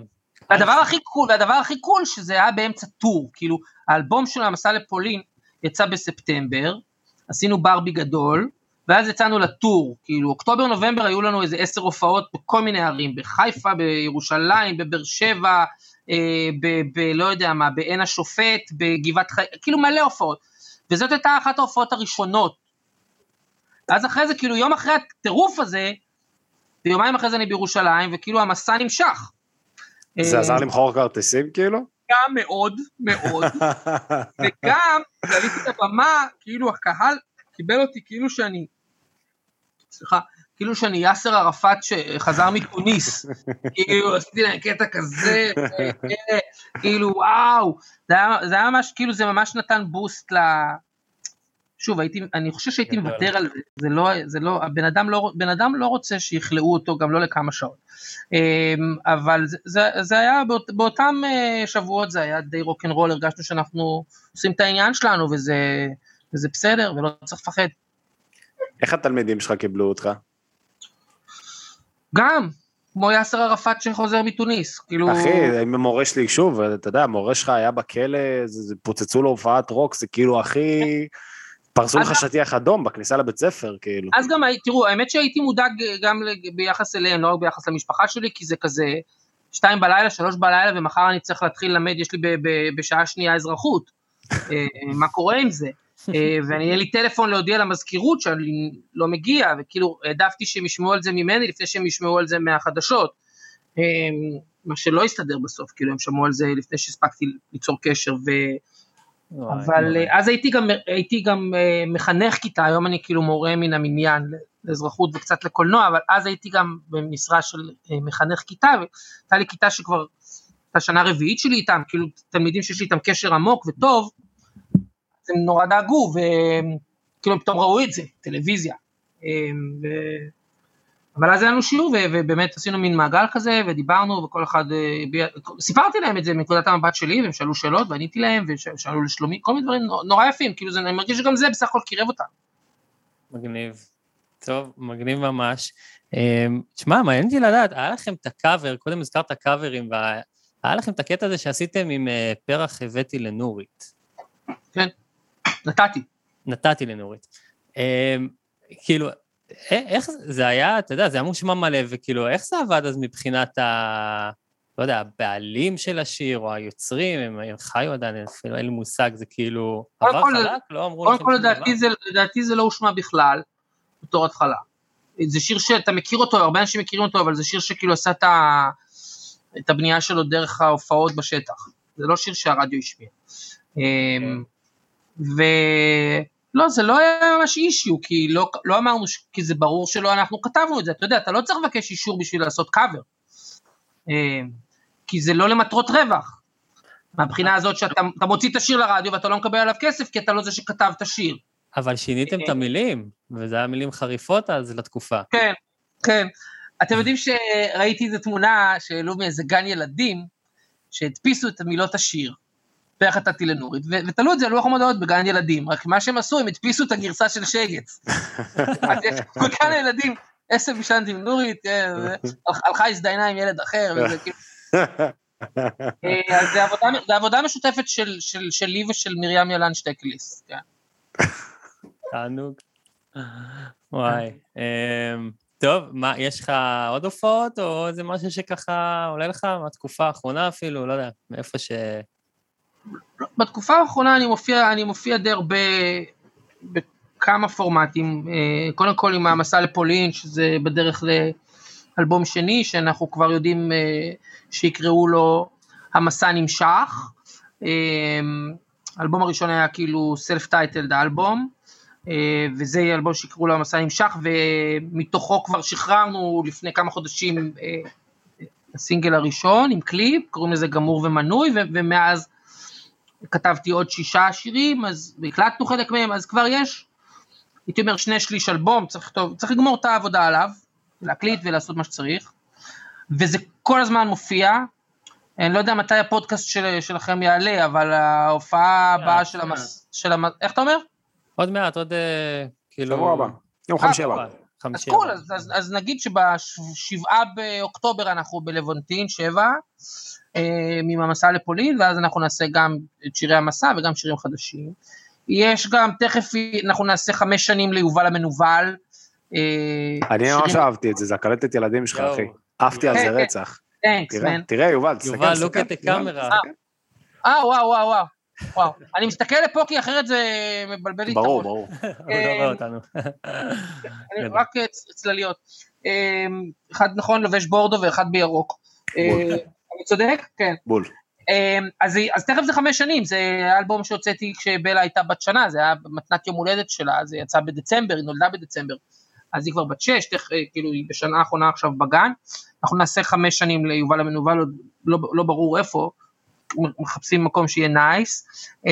והדבר הכי קול, והדבר הכי קול שזה היה באמצע טור, כאילו, האלבום של המסע לפולין יצא בספטמבר, עשינו ברבי גדול, ואז יצאנו לטור, כאילו, אוקטובר נובמבר היו לנו איזה עשר הופעות בכל מיני ערים, בחיפה, בירושלים, בבאר שבע, אה, ב, ב, לא יודע מה, בעין השופט, בגבעת חי... כאילו מלא הופעות, וזאת הייתה אחת ההופעות הראשונות, אז אחרי זה, כאילו, יום אחרי הטירוף הזה, ויומיים אחרי זה אני בירושלים, וכאילו המסע נמשך. זה עזר למכור כרטיסים, כאילו? גם מאוד, מאוד, וגם, עליתי את הבמה, כאילו הקהל קיבל אותי כאילו שאני, סליחה, כאילו שאני יאסר ערפאת שחזר מתוניס, כאילו עשיתי להם קטע כזה, כאילו וואו, זה היה ממש, כאילו זה ממש נתן בוסט ל... שוב, הייתי, אני חושב שהייתי מוותר על זה, זה לא, זה לא, הבן אדם לא, בן אדם לא רוצה שיכלאו אותו גם לא לכמה שעות, אבל זה, זה, זה היה, באות, באותם שבועות זה היה די רוק'נ'רול, הרגשנו שאנחנו עושים את העניין שלנו, וזה, וזה בסדר, ולא צריך לפחד. איך התלמידים שלך קיבלו אותך? גם, כמו יאסר ערפאת שחוזר מתוניס, כאילו... אחי, אם המורה שלי, שוב, אתה יודע, המורה שלך היה בכלא, זה, זה פוצצו לו הופעת רוק, זה כאילו הכי... פרסו לך שטיח אדום בכניסה לבית ספר, כאילו. אז גם, תראו, האמת שהייתי מודאג גם ביחס אליהם, לא רק ביחס למשפחה שלי, כי זה כזה שתיים בלילה, שלוש בלילה, ומחר אני צריך להתחיל ללמד, יש לי בשעה שנייה אזרחות. מה קורה עם זה? ואני יהיה לי טלפון להודיע למזכירות שאני לא מגיע, וכאילו העדפתי שהם ישמעו על זה ממני, לפני שהם ישמעו על זה מהחדשות. מה שלא יסתדר בסוף, כאילו הם שמעו על זה לפני שהספקתי ליצור קשר, ו... אבל אז הייתי גם, הייתי גם מחנך כיתה, היום אני כאילו מורה מן המניין לאזרחות וקצת לקולנוע, אבל אז הייתי גם במשרה של מחנך כיתה, והייתה לי כיתה שכבר, את השנה הרביעית שלי איתם, כאילו תלמידים שיש לי איתם קשר עמוק וטוב, הם נורא דאגו, וכאילו פתאום ראו את זה, טלוויזיה, ו... אבל אז היה לנו שיעור, ובאמת עשינו מין מעגל כזה, ודיברנו, וכל אחד, סיפרתי להם את זה מנקודת המבט שלי, והם שאלו שאלות, ועניתי להם, ושאלו לשלומי, כל מיני דברים נורא יפים, כאילו זה, אני מרגיש שגם זה בסך הכל קירב אותם. מגניב. טוב, מגניב ממש. תשמע, מעניין אותי לדעת, היה לכם את הקאבר, קודם הזכרת הקאברים, והיה לכם את הקטע הזה שעשיתם עם פרח הבאתי לנורית. כן, נתתי. נתתי לנורית. כאילו, איך זה היה, אתה יודע, זה היה מושמע מלא, וכאילו, איך זה עבד אז מבחינת ה... לא יודע, הבעלים של השיר, או היוצרים, הם, הם חיו עדיין, אפילו אין לי מושג, זה כאילו, עבר חלק, לא אמרו לכם שום דבר. לדעתי זה לא הושמע בכלל, בתור התחלה. זה שיר שאתה מכיר אותו, הרבה אנשים מכירים אותו, אבל זה שיר שכאילו עשה את הבנייה שלו דרך ההופעות בשטח. זה לא שיר שהרדיו השמיע. ו... לא, זה לא היה ממש אישיו, כי לא, לא אמרנו, כי זה ברור שלא אנחנו כתבנו את זה, אתה יודע, אתה לא צריך לבקש אישור בשביל לעשות קאבר, כי זה לא למטרות רווח, מהבחינה הזאת שאתה מוציא את השיר לרדיו, ואתה לא מקבל עליו כסף, כי אתה לא זה שכתב את השיר. אבל שיניתם את המילים, וזה היה מילים חריפות אז לתקופה. כן, כן. אתם יודעים שראיתי איזו תמונה, שהעלו מאיזה גן ילדים, שהדפיסו את מילות השיר, פרח נתתי לנורית, ותלו את זה על לוח המודעות בגן ילדים, רק מה שהם עשו, הם הדפיסו את הגרסה של שגץ. בגן הילדים, עשר בשנתי עם נורית, הלכה הזדיינה עם ילד אחר, וזה כאילו... אז זה עבודה משותפת שלי ושל מרים ילן שטקליס. תענוג. וואי. טוב, מה, יש לך עוד הופעות, או זה משהו שככה עולה לך מהתקופה האחרונה אפילו, לא יודע, מאיפה ש... בתקופה האחרונה אני מופיע, אני מופיע די הרבה בכמה פורמטים, קודם כל עם המסע לפולין, שזה בדרך לאלבום שני, שאנחנו כבר יודעים שיקראו לו המסע נמשך, האלבום הראשון היה כאילו self-titled אלבום, וזה יהיה אלבום שיקראו לו המסע נמשך, ומתוכו כבר שחררנו לפני כמה חודשים הסינגל הראשון עם קליפ, קוראים לזה גמור ומנוי, ומאז כתבתי עוד שישה שירים, אז הקלטנו חלק מהם, אז כבר יש, הייתי אומר שני שליש אלבום, צריך, טוב, צריך לגמור את העבודה עליו, להקליט ולעשות מה שצריך, וזה כל הזמן מופיע, אני לא יודע מתי הפודקאסט של, שלכם יעלה, אבל ההופעה הבאה של המס... של המס... איך אתה אומר? עוד מעט, עוד כאילו... שבוע הבא, יום חמישי הבא. חמישי. אז קול, אז, אז, אז נגיד שבשבעה באוקטובר אנחנו בלוונטין, שבע, אה, ממסע לפולין, ואז אנחנו נעשה גם את שירי המסע וגם שירים חדשים. יש גם, תכף אנחנו נעשה חמש שנים ליובל המנוול. אה, אני שירים... ממש אהבתי את זה, זה הקלטת ילדים שלך, אחי. אהבתי על זה רצח. תראה, תראה, יובל, יובל, לוק את הקאמרה. אה, וואו, וואו, וואו. וואו, אני מסתכל לפה כי אחרת זה מבלבל לי את הראש. ברור, ברור. הוא לא רואה אותנו. אני רק צלליות. אחד נכון לובש בורדו ואחד בירוק. אני צודק? כן. בול. אז, אז תכף זה חמש שנים, זה האלבום שהוצאתי כשבלה הייתה בת שנה, זה היה מתנת יום הולדת שלה, זה יצא בדצמבר, היא נולדה בדצמבר, אז היא כבר בת שש, תכף, כאילו היא בשנה האחרונה עכשיו בגן, אנחנו נעשה חמש שנים ליובל המנוול, לא, לא ברור איפה, מחפשים מקום שיהיה נייס.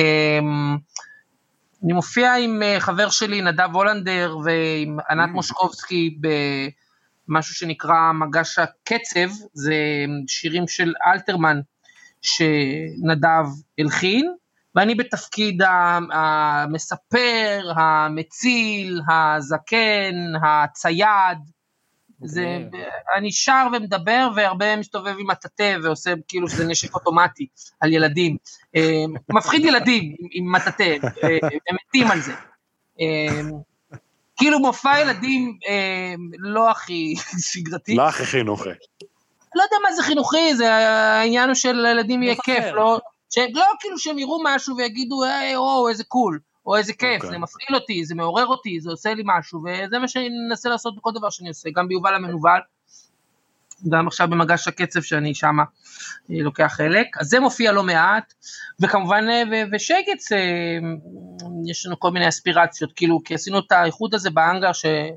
אני מופיע עם חבר שלי נדב הולנדר ועם ענת מושקובסקי במשהו שנקרא מגש הקצב, זה שירים של אלתרמן שנדב הלחין, ואני בתפקיד המספר, המציל, הזקן, הצייד, זה, אני שר ומדבר, והרבה מסתובב עם מטאטה, ועושה כאילו שזה נשק אוטומטי על ילדים, מפחיד ילדים עם מטאטה, הם מתים על זה, כאילו מופע ילדים לא הכי שגרתי, לא הכי חינוכי, לא יודע מה זה חינוכי, זה העניין הוא של ילדים יהיה כיף, לא, לא כאילו שהם יראו משהו ויגידו, או איזה קול, או איזה כיף, okay. זה מפעיל אותי, זה מעורר אותי, זה עושה לי משהו, וזה מה שאני מנסה לעשות בכל דבר שאני עושה, גם ביובל המנוול, גם עכשיו במגש הקצב שאני שמה לוקח חלק, אז זה מופיע לא מעט, וכמובן, ו- ושגץ, יש לנו כל מיני אספירציות, כאילו, כי עשינו את האיחוד הזה באנגר,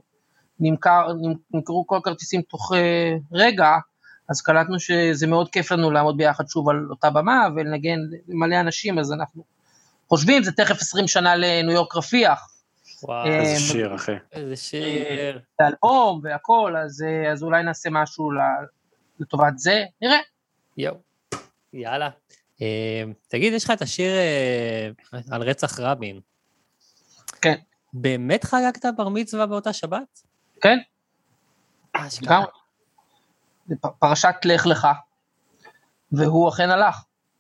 שנמכרו כל כרטיסים תוך רגע, אז קלטנו שזה מאוד כיף לנו לעמוד ביחד שוב על אותה במה, ולנגן מלא אנשים, אז אנחנו חושבים, זה תכף עשרים שנה לניו יורק רפיח. וואו, איזה שיר, אחי. איזה שיר. זה אלבום והכל, אז, אז אולי נעשה משהו לטובת זה, נראה. יו, יאללה. תגיד, יש לך את השיר על רצח רבין. כן. באמת חגגת בר מצווה באותה שבת? כן. אה, שכרה. זה פרשת לך לך, והוא אכן הלך.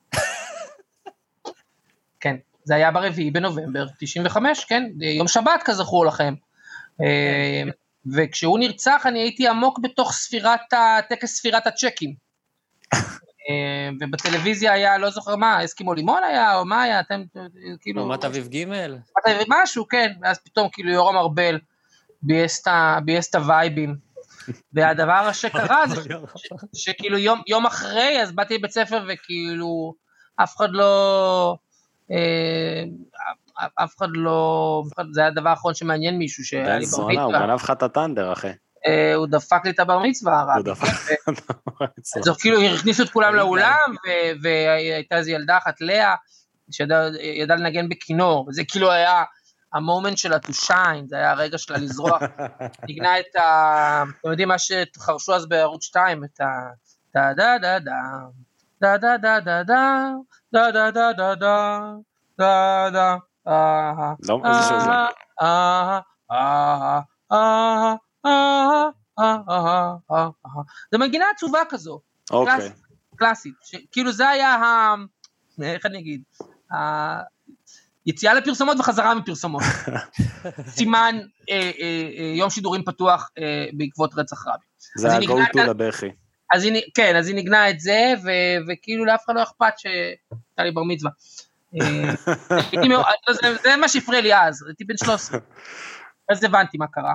כן, זה היה ברביעי בנובמבר תשעים וחמש, כן, יום שבת כזכור לכם. וכשהוא נרצח אני הייתי עמוק בתוך ספירת, טקס ספירת הצ'קים. ובטלוויזיה היה, לא זוכר מה, אסקימו לימון היה, או מה היה, אתם כאילו... רמת אביב ג' משהו, כן, ואז פתאום כאילו יורם ארבל בייס את הווייבים. והדבר שקרה זה שכאילו יום, יום אחרי, אז באתי לבית ספר וכאילו אף אחד לא, אף אחד לא, זה היה הדבר האחרון שמעניין מישהו שהיה לי בר מצווה. הוא גנב לך את הטנדר, אחי. הוא דפק לי את הבר מצווה הרב. הוא דפק. אז כאילו הכניסו את כולם לאולם, והייתה איזו ילדה אחת, לאה, שידעה לנגן בכינור, וזה כאילו היה... המומנט שלה to shine, זה היה הרגע שלה לזרוח, נגנה את ה... אתם יודעים מה שחרשו אז בערוץ שתיים, את ה... דה דה דה דה, דה דה דה דה דה, דה דה דה דה, דה דה, אה, לא, איזה שוב זה? אה, אה, אה, אה, אה, אה, זה מנגינה עצובה כזו, קלאסית, כאילו זה היה ה... איך אני אגיד? יציאה לפרסומות וחזרה מפרסומות. סימן יום שידורים פתוח בעקבות רצח רבין. זה הגו-טו לבכי. כן, אז היא נגנה את זה, וכאילו לאף אחד לא אכפת שהייתה לי בר מצווה. זה מה שהפריע לי אז, הייתי בן שלוש עשרה. אז הבנתי מה קרה.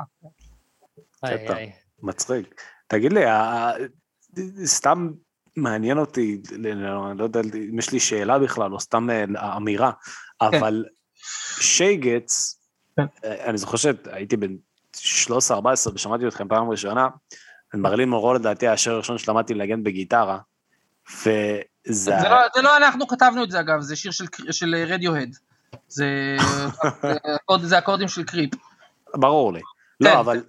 מצחיק. תגיד לי, סתם מעניין אותי, לא יודע אם יש לי שאלה בכלל, או סתם אמירה, אבל שייגץ, אני זוכר שהייתי בן שלוש עשרה ארבע עשרה ושמעתי אתכם פעם ראשונה, מרלין מורו לדעתי השיר הראשון שלמדתי לנגן בגיטרה, וזה... זה לא אנחנו כתבנו את זה אגב, זה שיר של רדיוהד, זה אקורדים של קריפ. ברור לי, לא אבל...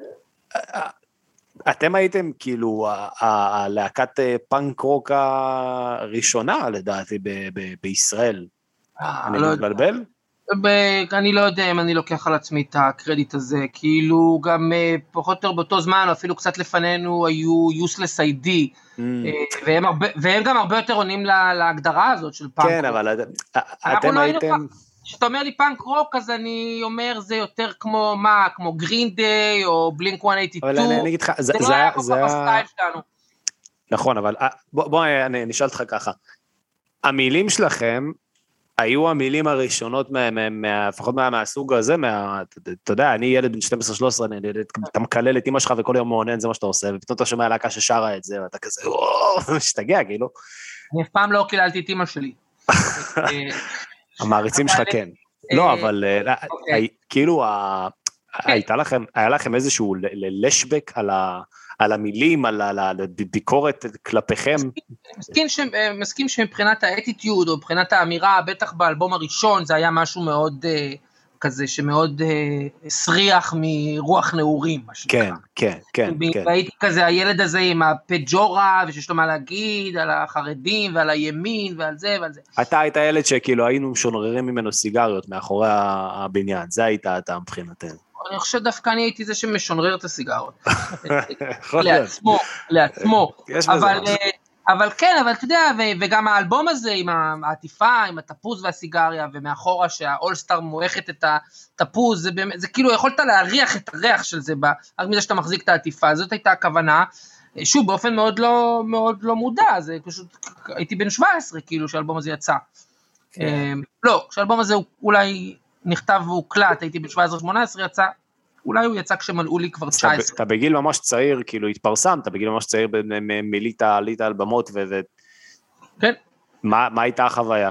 אתם הייתם כאילו הלהקת פאנק רוק הראשונה לדעתי בישראל, אני מתבלבל? אני לא יודע אם אני לוקח על עצמי את הקרדיט הזה, כאילו גם פחות או יותר באותו זמן, או אפילו קצת לפנינו, היו Useless איי די, והם, הרבה, והם גם הרבה יותר עונים לה, להגדרה הזאת של פאנק. כן, אבל אתם לא הייתם... כשאתה אומר לי פאנק רוק, אז אני אומר זה יותר כמו מה, כמו גרין דיי, או בלינק מאה שמונים ושתיים, אבל אני אגיד לך, זה לא היה כל כך בסטייל שלנו. נכון, אבל בוא, בוא אני נשאל אותך ככה, המילים שלכם, היו המילים הראשונות, לפחות מהסוג הזה, אתה יודע, אני ילד בן שתים עשרה שלוש עשרה, אתה מקלל את אמא שלך וכל יום מעונן, זה מה שאתה עושה, ופתאום אתה שומע להקה ששרה את זה, ואתה כזה, וואו, משתגע, כאילו. אני אף פעם לא קיללתי את אמא שלי. המעריצים שלך כן. לא, אבל כאילו, היה לכם איזשהו לשבק על המילים, על הביקורת כלפיכם? מסכים שמבחינת האטיטיוד, או מבחינת האמירה, בטח באלבום הראשון, זה היה משהו מאוד כזה, שמאוד סריח מרוח נעורים, מה שנקרא. כן, כן, כן. והייתי כזה, הילד הזה עם הפג'ורה, ושיש לו מה להגיד, על החרדים, ועל הימין, ועל זה, ועל זה. אתה היית הילד שכאילו היינו משונררים ממנו סיגריות, מאחורי הבניין, זה היית אתה מבחינתנו. אני חושב דווקא אני הייתי זה שמשונרר את הסיגרות. לעצמו, לעצמו. אבל, אבל כן, אבל אתה יודע, וגם האלבום הזה עם העטיפה, עם התפוז והסיגריה, ומאחורה שהאולסטאר מועכת את התפוז, זה, זה כאילו יכולת להריח את הריח של זה, רק מזה שאתה מחזיק את העטיפה, זאת הייתה הכוונה, שוב, באופן מאוד לא, מאוד לא מודע, זה פשוט, הייתי בן שבע עשרה, כאילו, שהאלבום הזה יצא. לא, שהאלבום הזה אולי נכתב והוקלט, הייתי בן שבע עשרה שמונה עשרה יצא, אולי הוא יצא כשמלאו לי כבר תשע עשרה. אתה בגיל ממש צעיר, כאילו התפרסם, אתה בגיל ממש צעיר מילית על במות, ו... כן. מה הייתה החוויה?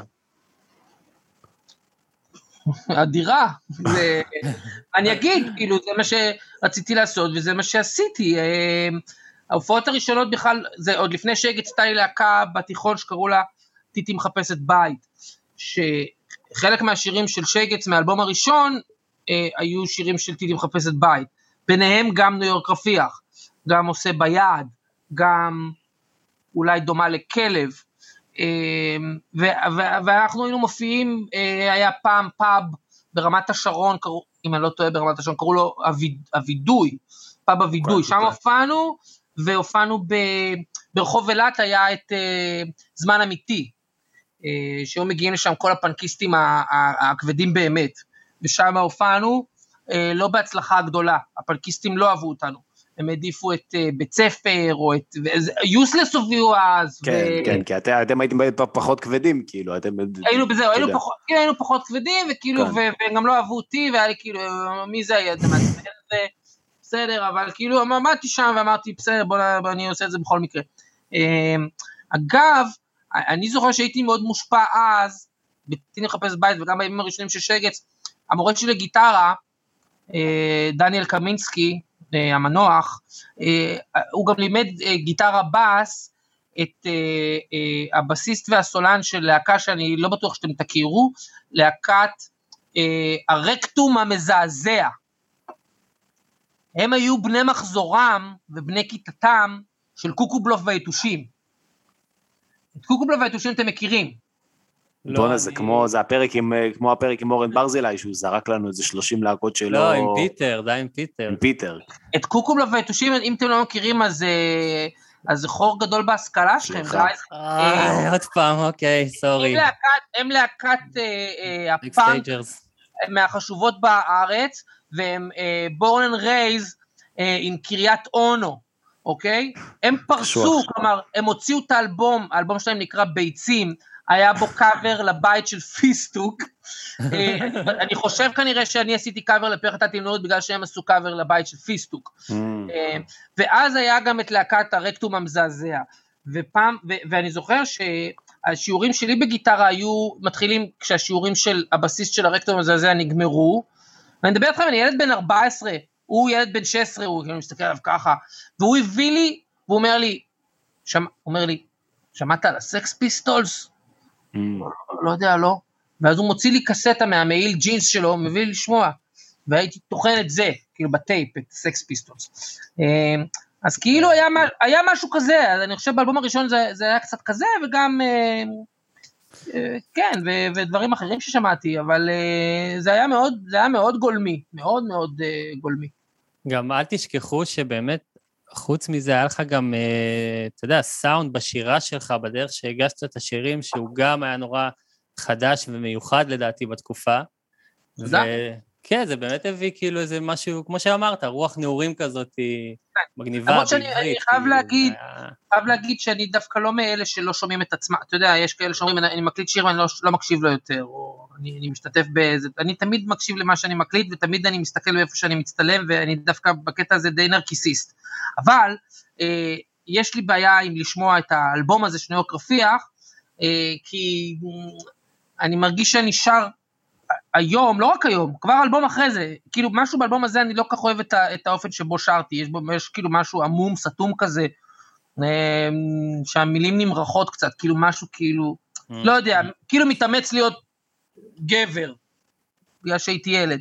אדירה. אני אגיד, כאילו, זה מה שרציתי לעשות, וזה מה שעשיתי. ההופעות הראשונות בכלל, זה עוד לפני שהגעת סטה לי להקה בתיכון שקראו לה טיטי מחפשת בית, שחלק מהשירים של שגץ מהאלבום הראשון, אה, היו שירים של טיטי מחפשת בית, ביניהם גם ניו יורק רפיח, גם עושה ביד, גם אולי דומה לכלב, אה, ו- ו- ואנחנו היינו מופיעים, אה, היה פעם פאב ברמת השרון, קראו, אם אני לא טועה ברמת השרון, קראו לו אבידוי, פאב אבידוי, שם הופענו, והופענו ב- ברחוב אלת היה את אה, זמן אמיתי, אה, שהיו מגיעים לשם כל הפנקיסטים הכבדים באמת, ושם הופענו אה, לא בהצלחה גדולה, הפנקיסטים לא אהבו אותנו, הם העדיפו את אה, בית ספר, או את, יוסלס הוביאו אז. כן, ו... כן, כי את, אתם הייתם פחות כבדים, כאילו, אתם... היינו בזה, היינו פחות, כאילו, היינו פחות כבדים, וכאילו, כן. והם גם לא אהבו אותי, והיה לי כאילו, מי זה היה, בסדר, אבל כאילו, עמדתי שם ואמרתי, בסדר, בוא, בוא אני עושה את זה בכל מקרה. אגב, אני זוכר שהייתי מאוד מושפע אז, בטיטי מחפשת בית, וגם בימים הראשונים של שגץ, המורה שלי לגיטרה, דניאל קמינסקי, המנוח, הוא גם לימד גיטרה בס, את הבסיסט והסולן של להקה שאני לא בטוח שאתם תכירו, להקת הרקטום המזעזע. הם היו בני מחזורם ובני כיתתם של קוקובלוף והיתושים. את קוקובלוף והיתושים אתם מכירים. בונה, זה כמו, זה הפרק עם, כמו הפרק עם אורן ברזילי, שהוא זרק לנו איזה שלושים להקות שלו. לא, עם פיטר, די עם פיטר. עם פיטר. את קוקובלוף והיתושים, אם אתם לא מכירים, אז זה חור גדול בהשכלה שלכם. עוד פעם, אוקיי, סורי. הם להקת הפאנק מהחשובות בארץ, והם born and raised עם קריית אונו, אוקיי? הם פרסו, כלומר, הם הוציאו את האלבום, האלבום שלהם נקרא ביצים, היה בו קאבר לבית של פיסטוק, אני חושב כנראה שאני עשיתי קאבר לפרח התמנונות, בגלל שהם עשו קאבר לבית של פיסטוק, ואז היה גם את להקת הרקטום המזעזע, ופעם, ואני זוכר שהשיעורים שלי בגיטרה היו מתחילים, כשהשיעורים של הבסיס של הרקטום המזעזע נגמרו, ואני מדבר איתכם, אני ילד בן ארבע עשרה, הוא ילד בן שש עשרה, הוא מסתכל עליו ככה, והוא הביא לי, והוא אומר לי, הוא אומר לי, שמעת על הסקס פיסטולס? לא יודע, לא. ואז הוא מוציא לי קסטה מהמעיל ג'ינס שלו, מביא לי לשמוע, והייתי תוכן את זה, כאילו בטייפ, את סקס פיסטולס. אז כאילו היה, היה משהו כזה, אז אני חושב באלבום הראשון זה, זה היה קצת כזה, וגם כן, ו- ודברים אחרים ששמעתי, אבל זה היה מאוד, זה היה מאוד גולמי, מאוד מאוד גולמי. גם אל תשכחו שבאמת, חוץ מזה היה לך גם, אתה יודע, סאונד בשירה שלך, בדרך שהגשת את השירים, שהוא גם היה נורא חדש ומיוחד לדעתי בתקופה. תודה. כן, זה באמת הביא כאילו איזה משהו, כמו שאמרת, רוח נעורים כזאת מגניבה. למרות שאני חייב להגיד, חייב להגיד שאני דווקא לא מאלה שלא שומעים את עצמם, אתה יודע, יש כאלה שאומרים, אני מקליט שיר ואני לא מקשיב לו יותר, או אני משתתף באיזה, אני תמיד מקשיב למה שאני מקליט, ותמיד אני מסתכל באיפה שאני מצטלם, ואני דווקא בקטע הזה די נרקיסיסט. אבל יש לי בעיה עם לשמוע את האלבום הזה של ניו יורק רפיח, כי אני מרגיש שאני שר, היום, לא רק היום, כבר אלבום אחרי זה, כאילו משהו באלבום הזה אני לא כך אוהב את, ה, את האופן שבו שרתי, יש בו, יש כאילו משהו עמום, סתום כזה, שהמילים נמרחות קצת, כאילו משהו כאילו, לא יודע, כאילו מתאמץ להיות גבר, בגלל שהייתי ילד.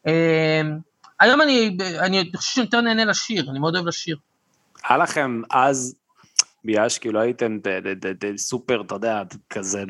היום אני, אני חושב שיותר נהנה לשיר, אני מאוד אוהב לשיר. היה לכם אז, בגלל שכאילו הייתם סופר, אתה יודע, כזה,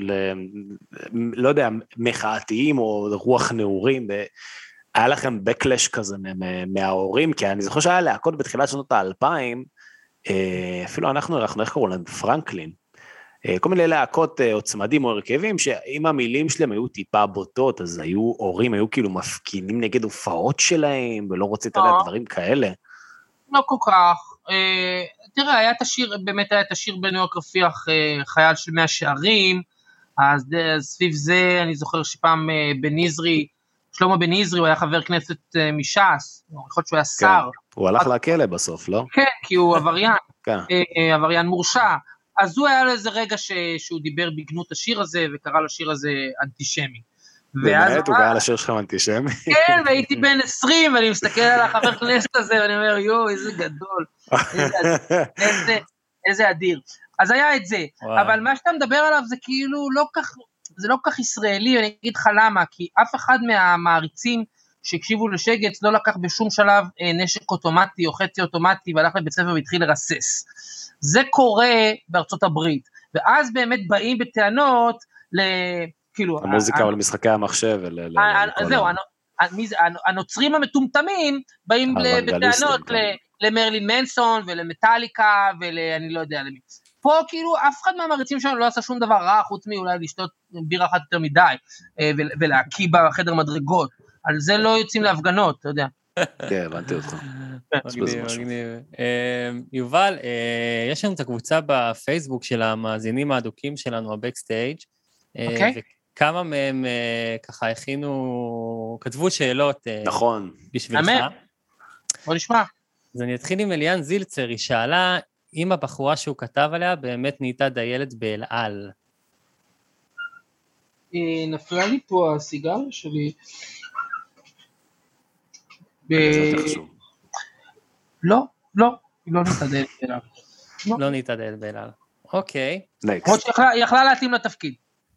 לא יודע, מחאתיים או רוח נעורים, היה לכם בקלש כזה מההורים, כי אני זוכר שהיה להקות בתחילת שנות האלפיים, אפילו אנחנו, אנחנו איך קראו להם, פרנקלין, כל מיני להקות או צמדים או הרכבים, שאם המילים שלהם היו טיפה בוטות, אז היו הורים, היו כאילו מפגינים נגד הופעות שלהם, ולא רוצים את הדברים כאלה. לא כל כך. תראה, היה את השיר, באמת היה את השיר בניו יורק רפיח, חייל של מאה שערים, אז סביב זה אני זוכר שפעם בניזרי, שלמה בניזרי, הוא היה חבר כנסת מש"ס, יכול להיות שהוא היה שר. הוא הלך לכלא בסוף, לא? כן, כי הוא עבריין, עבריין מורשע, אז הוא היה לו איזה רגע שהוא דיבר בגנות השיר הזה, וקרא לשיר הזה אנטישמי. באמת, הוא קרא לשיר שלכם אנטישמי? כן, והייתי בן עשרים, ואני מסתכל על החבר כנסת הזה, ואני אומר, יו, איזה גדול, איזה אדיר. אז היה את זה, אבל מה שאתה מדבר עליו זה כאילו לא כך, זה לא כך ישראלי, אני אגיד לך למה, כי אף אחד מהמעריצים שהקשיבו לשגץ לא לקח בשום שלב נשק אוטומטי או חצי אוטומטי, והלך לבית ספר והתחיל לרסס. זה קורה בארצות הברית, ואז באמת באים בטענות ל... המוזיקה ולמשחקי המחשב. זהו, הנוצרים המטומטמים באים בטענות למרלין מנסון ולמטליקה ולאני לא יודע למי. פה כאילו אף אחד מהמריצים שלנו לא עשה שום דבר רע, חוץ מאולי לשתות בירה אחת יותר מדי, ולהקיא בחדר מדרגות. על זה לא יוצאים להפגנות, אתה יודע. כן, הבנתי אותך. מגניב, מגניב. יובל, יש לנו את הקבוצה בפייסבוק של המאזינים האדוקים שלנו, הבקסטייג', וכמה מהם ככה הכינו, כתבו שאלות בשבילך. בוא נשמע. אז אני אתחיל עם אליאן זילצר, היא שאלה אם הבחורה שהוא כתב עליה באמת נהייתה דיילת באל על. נפלה לי פה הסיגר שלי. לא, לא, היא לא נהייתה דיילת באל על. לא נהייתה דיילת באל על. אוקיי. כמו שיכלה להתאים לתפקיד.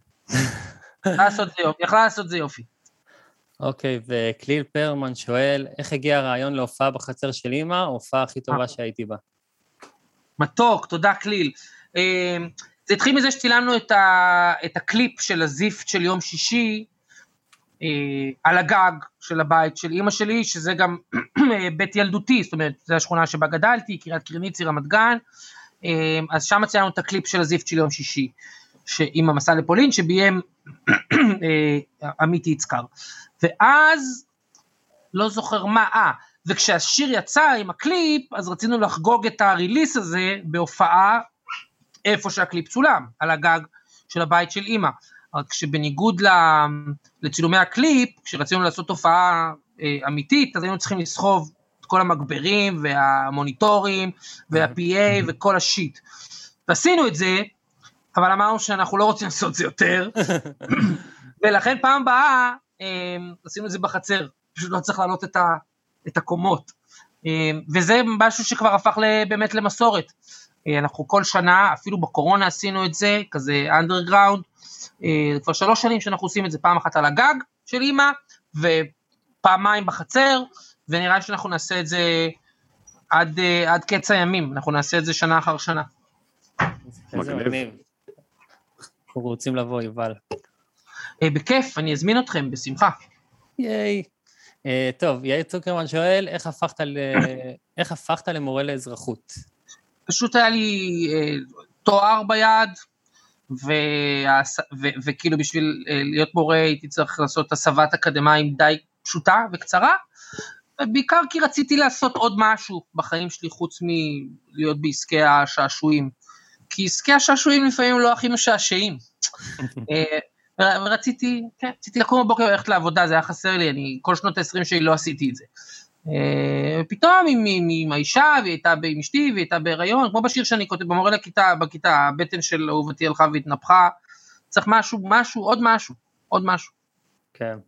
יכלה לעשות זה יופי. אוקיי, וכליל פרמן שואל, איך הגיע הרעיון להופעה בחצר של אמא, ההופעה הכי טובה שהייתי בה? מתוק, תודה כליל. זה התחיל מזה שצילמנו את הקליפ של הזיפט של יום שישי, על הגג של הבית של אמא שלי, שזה גם בית ילדותי, זאת אומרת, זו השכונה שבה גדלתי, קריית קרניצי, רמת גן, אז שם צילמנו את הקליפ של הזיפט של יום שישי, עם המסע לפולין, שביים עמיתי יצקר. ואז, לא זוכר מה, אה, וכשהשיר יצא עם הקליפ, אז רצינו לחגוג את הריליס הזה, בהופעה, איפה שהקליפ צולם, על הגג של הבית של אמא. רק שבניגוד לצילומי הקליפ, כשרצינו לעשות הופעה אמיתית, אז היינו צריכים לסחוב את כל המגברים, והמוניטורים, וה-פי איי, וכל השיט. ועשינו את זה, אבל אמרנו שאנחנו לא רוצים לעשות זה יותר, ולכן פעם הבאה, עשינו את זה בחצר, פשוט לא צריך לעלות את, ה, את הקומות, וזה משהו שכבר הפך באמת למסורת, אנחנו כל שנה, אפילו בקורונה עשינו את זה, כזה אנדרגראונד, כבר שלוש שנים שאנחנו עושים את זה, פעם אחת על הגג של אמא, ופעמיים בחצר, ונראה שאנחנו נעשה את זה עד, עד קץ הימים, אנחנו נעשה את זה שנה אחר שנה. מגניב. אנחנו רוצים לבוא, יובל. בכיף, אני אזמין אתכם, בשמחה. ייי. טוב, יאיר צוקרמן שואל, איך הפכת, ל... איך הפכת למורה לאזרחות? פשוט היה לי תואר ביד, וכאילו בשביל להיות מורה הייתי צריך לעשות הסבת אקדמיים די פשוטה וקצרה, בעיקר כי רציתי לעשות עוד משהו בחיים שלי, חוץ מלהיות בעסקי השעשועים, כי עסקי השעשועים לפעמים לא הכי משעשעים, ורציתי, כן, רציתי לקום בבוקר וללכת לעבודה, זה היה חסר לי, אני כל שנות ה-עשרים שלי לא עשיתי את זה, פתאום עם האישה, והיא הייתה עם אשתי, והיא הייתה בהיריון, כמו בשיר שאני כותב, במורה לכיתה, בכיתה, הבטן של אהובתי הלכה והתנפחה, צריך משהו, משהו, עוד משהו, עוד משהו. כן.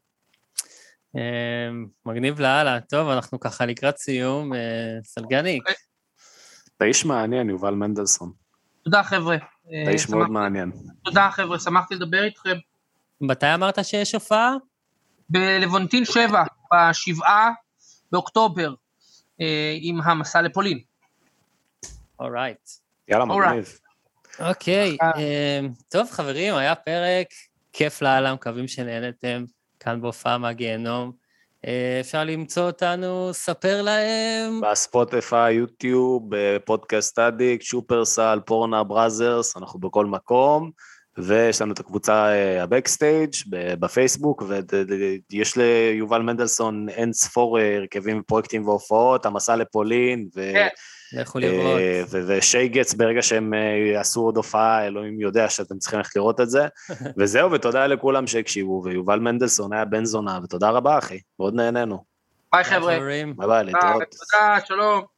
מגניב להלאה, טוב, אנחנו ככה לקראת סיום, סלגניק. אתה איש מעניין, יובל מנדלסון. תודה חבר'ה. אתה איש מאוד מעניין. תודה חבר'ה, שמחתי לדבר איתכם. מתי אמרת שיש הופעה? בלוונטין שבע, בשבעה באוקטובר, עם המסע לפולין. אורייט. יאללה, מגניב. אוקיי, טוב חברים, היה פרק, כיף להלאה, מקווים שנהנתם. כאן בהופעה מהגיהנום, אפשר למצוא אותנו, ספר להם. בספוטיפיי, יוטיוב, בפודקאסט אדיק, שופרסל, פורנה, בראזרס, אנחנו בכל מקום, ויש לנו את הקבוצה הבקסטייג' בפייסבוק, ויש ליובל מנדלסון אין ספור הרכבים ופרויקטים והופעות, המסע לפולין, ו... לכו לראות. ושייגץ, ברגע שהם יעשו עוד הופעה, אלוהים יודע שאתם צריכים ללכת לראות את זה, וזהו, ותודה לכולם שהקשיבו, ויובל מנדלסון היה בן זונה, ותודה רבה אחי, מאוד נהנינו. ביי חבר'ה. ביי ביי, להתראות. תודה, שלום.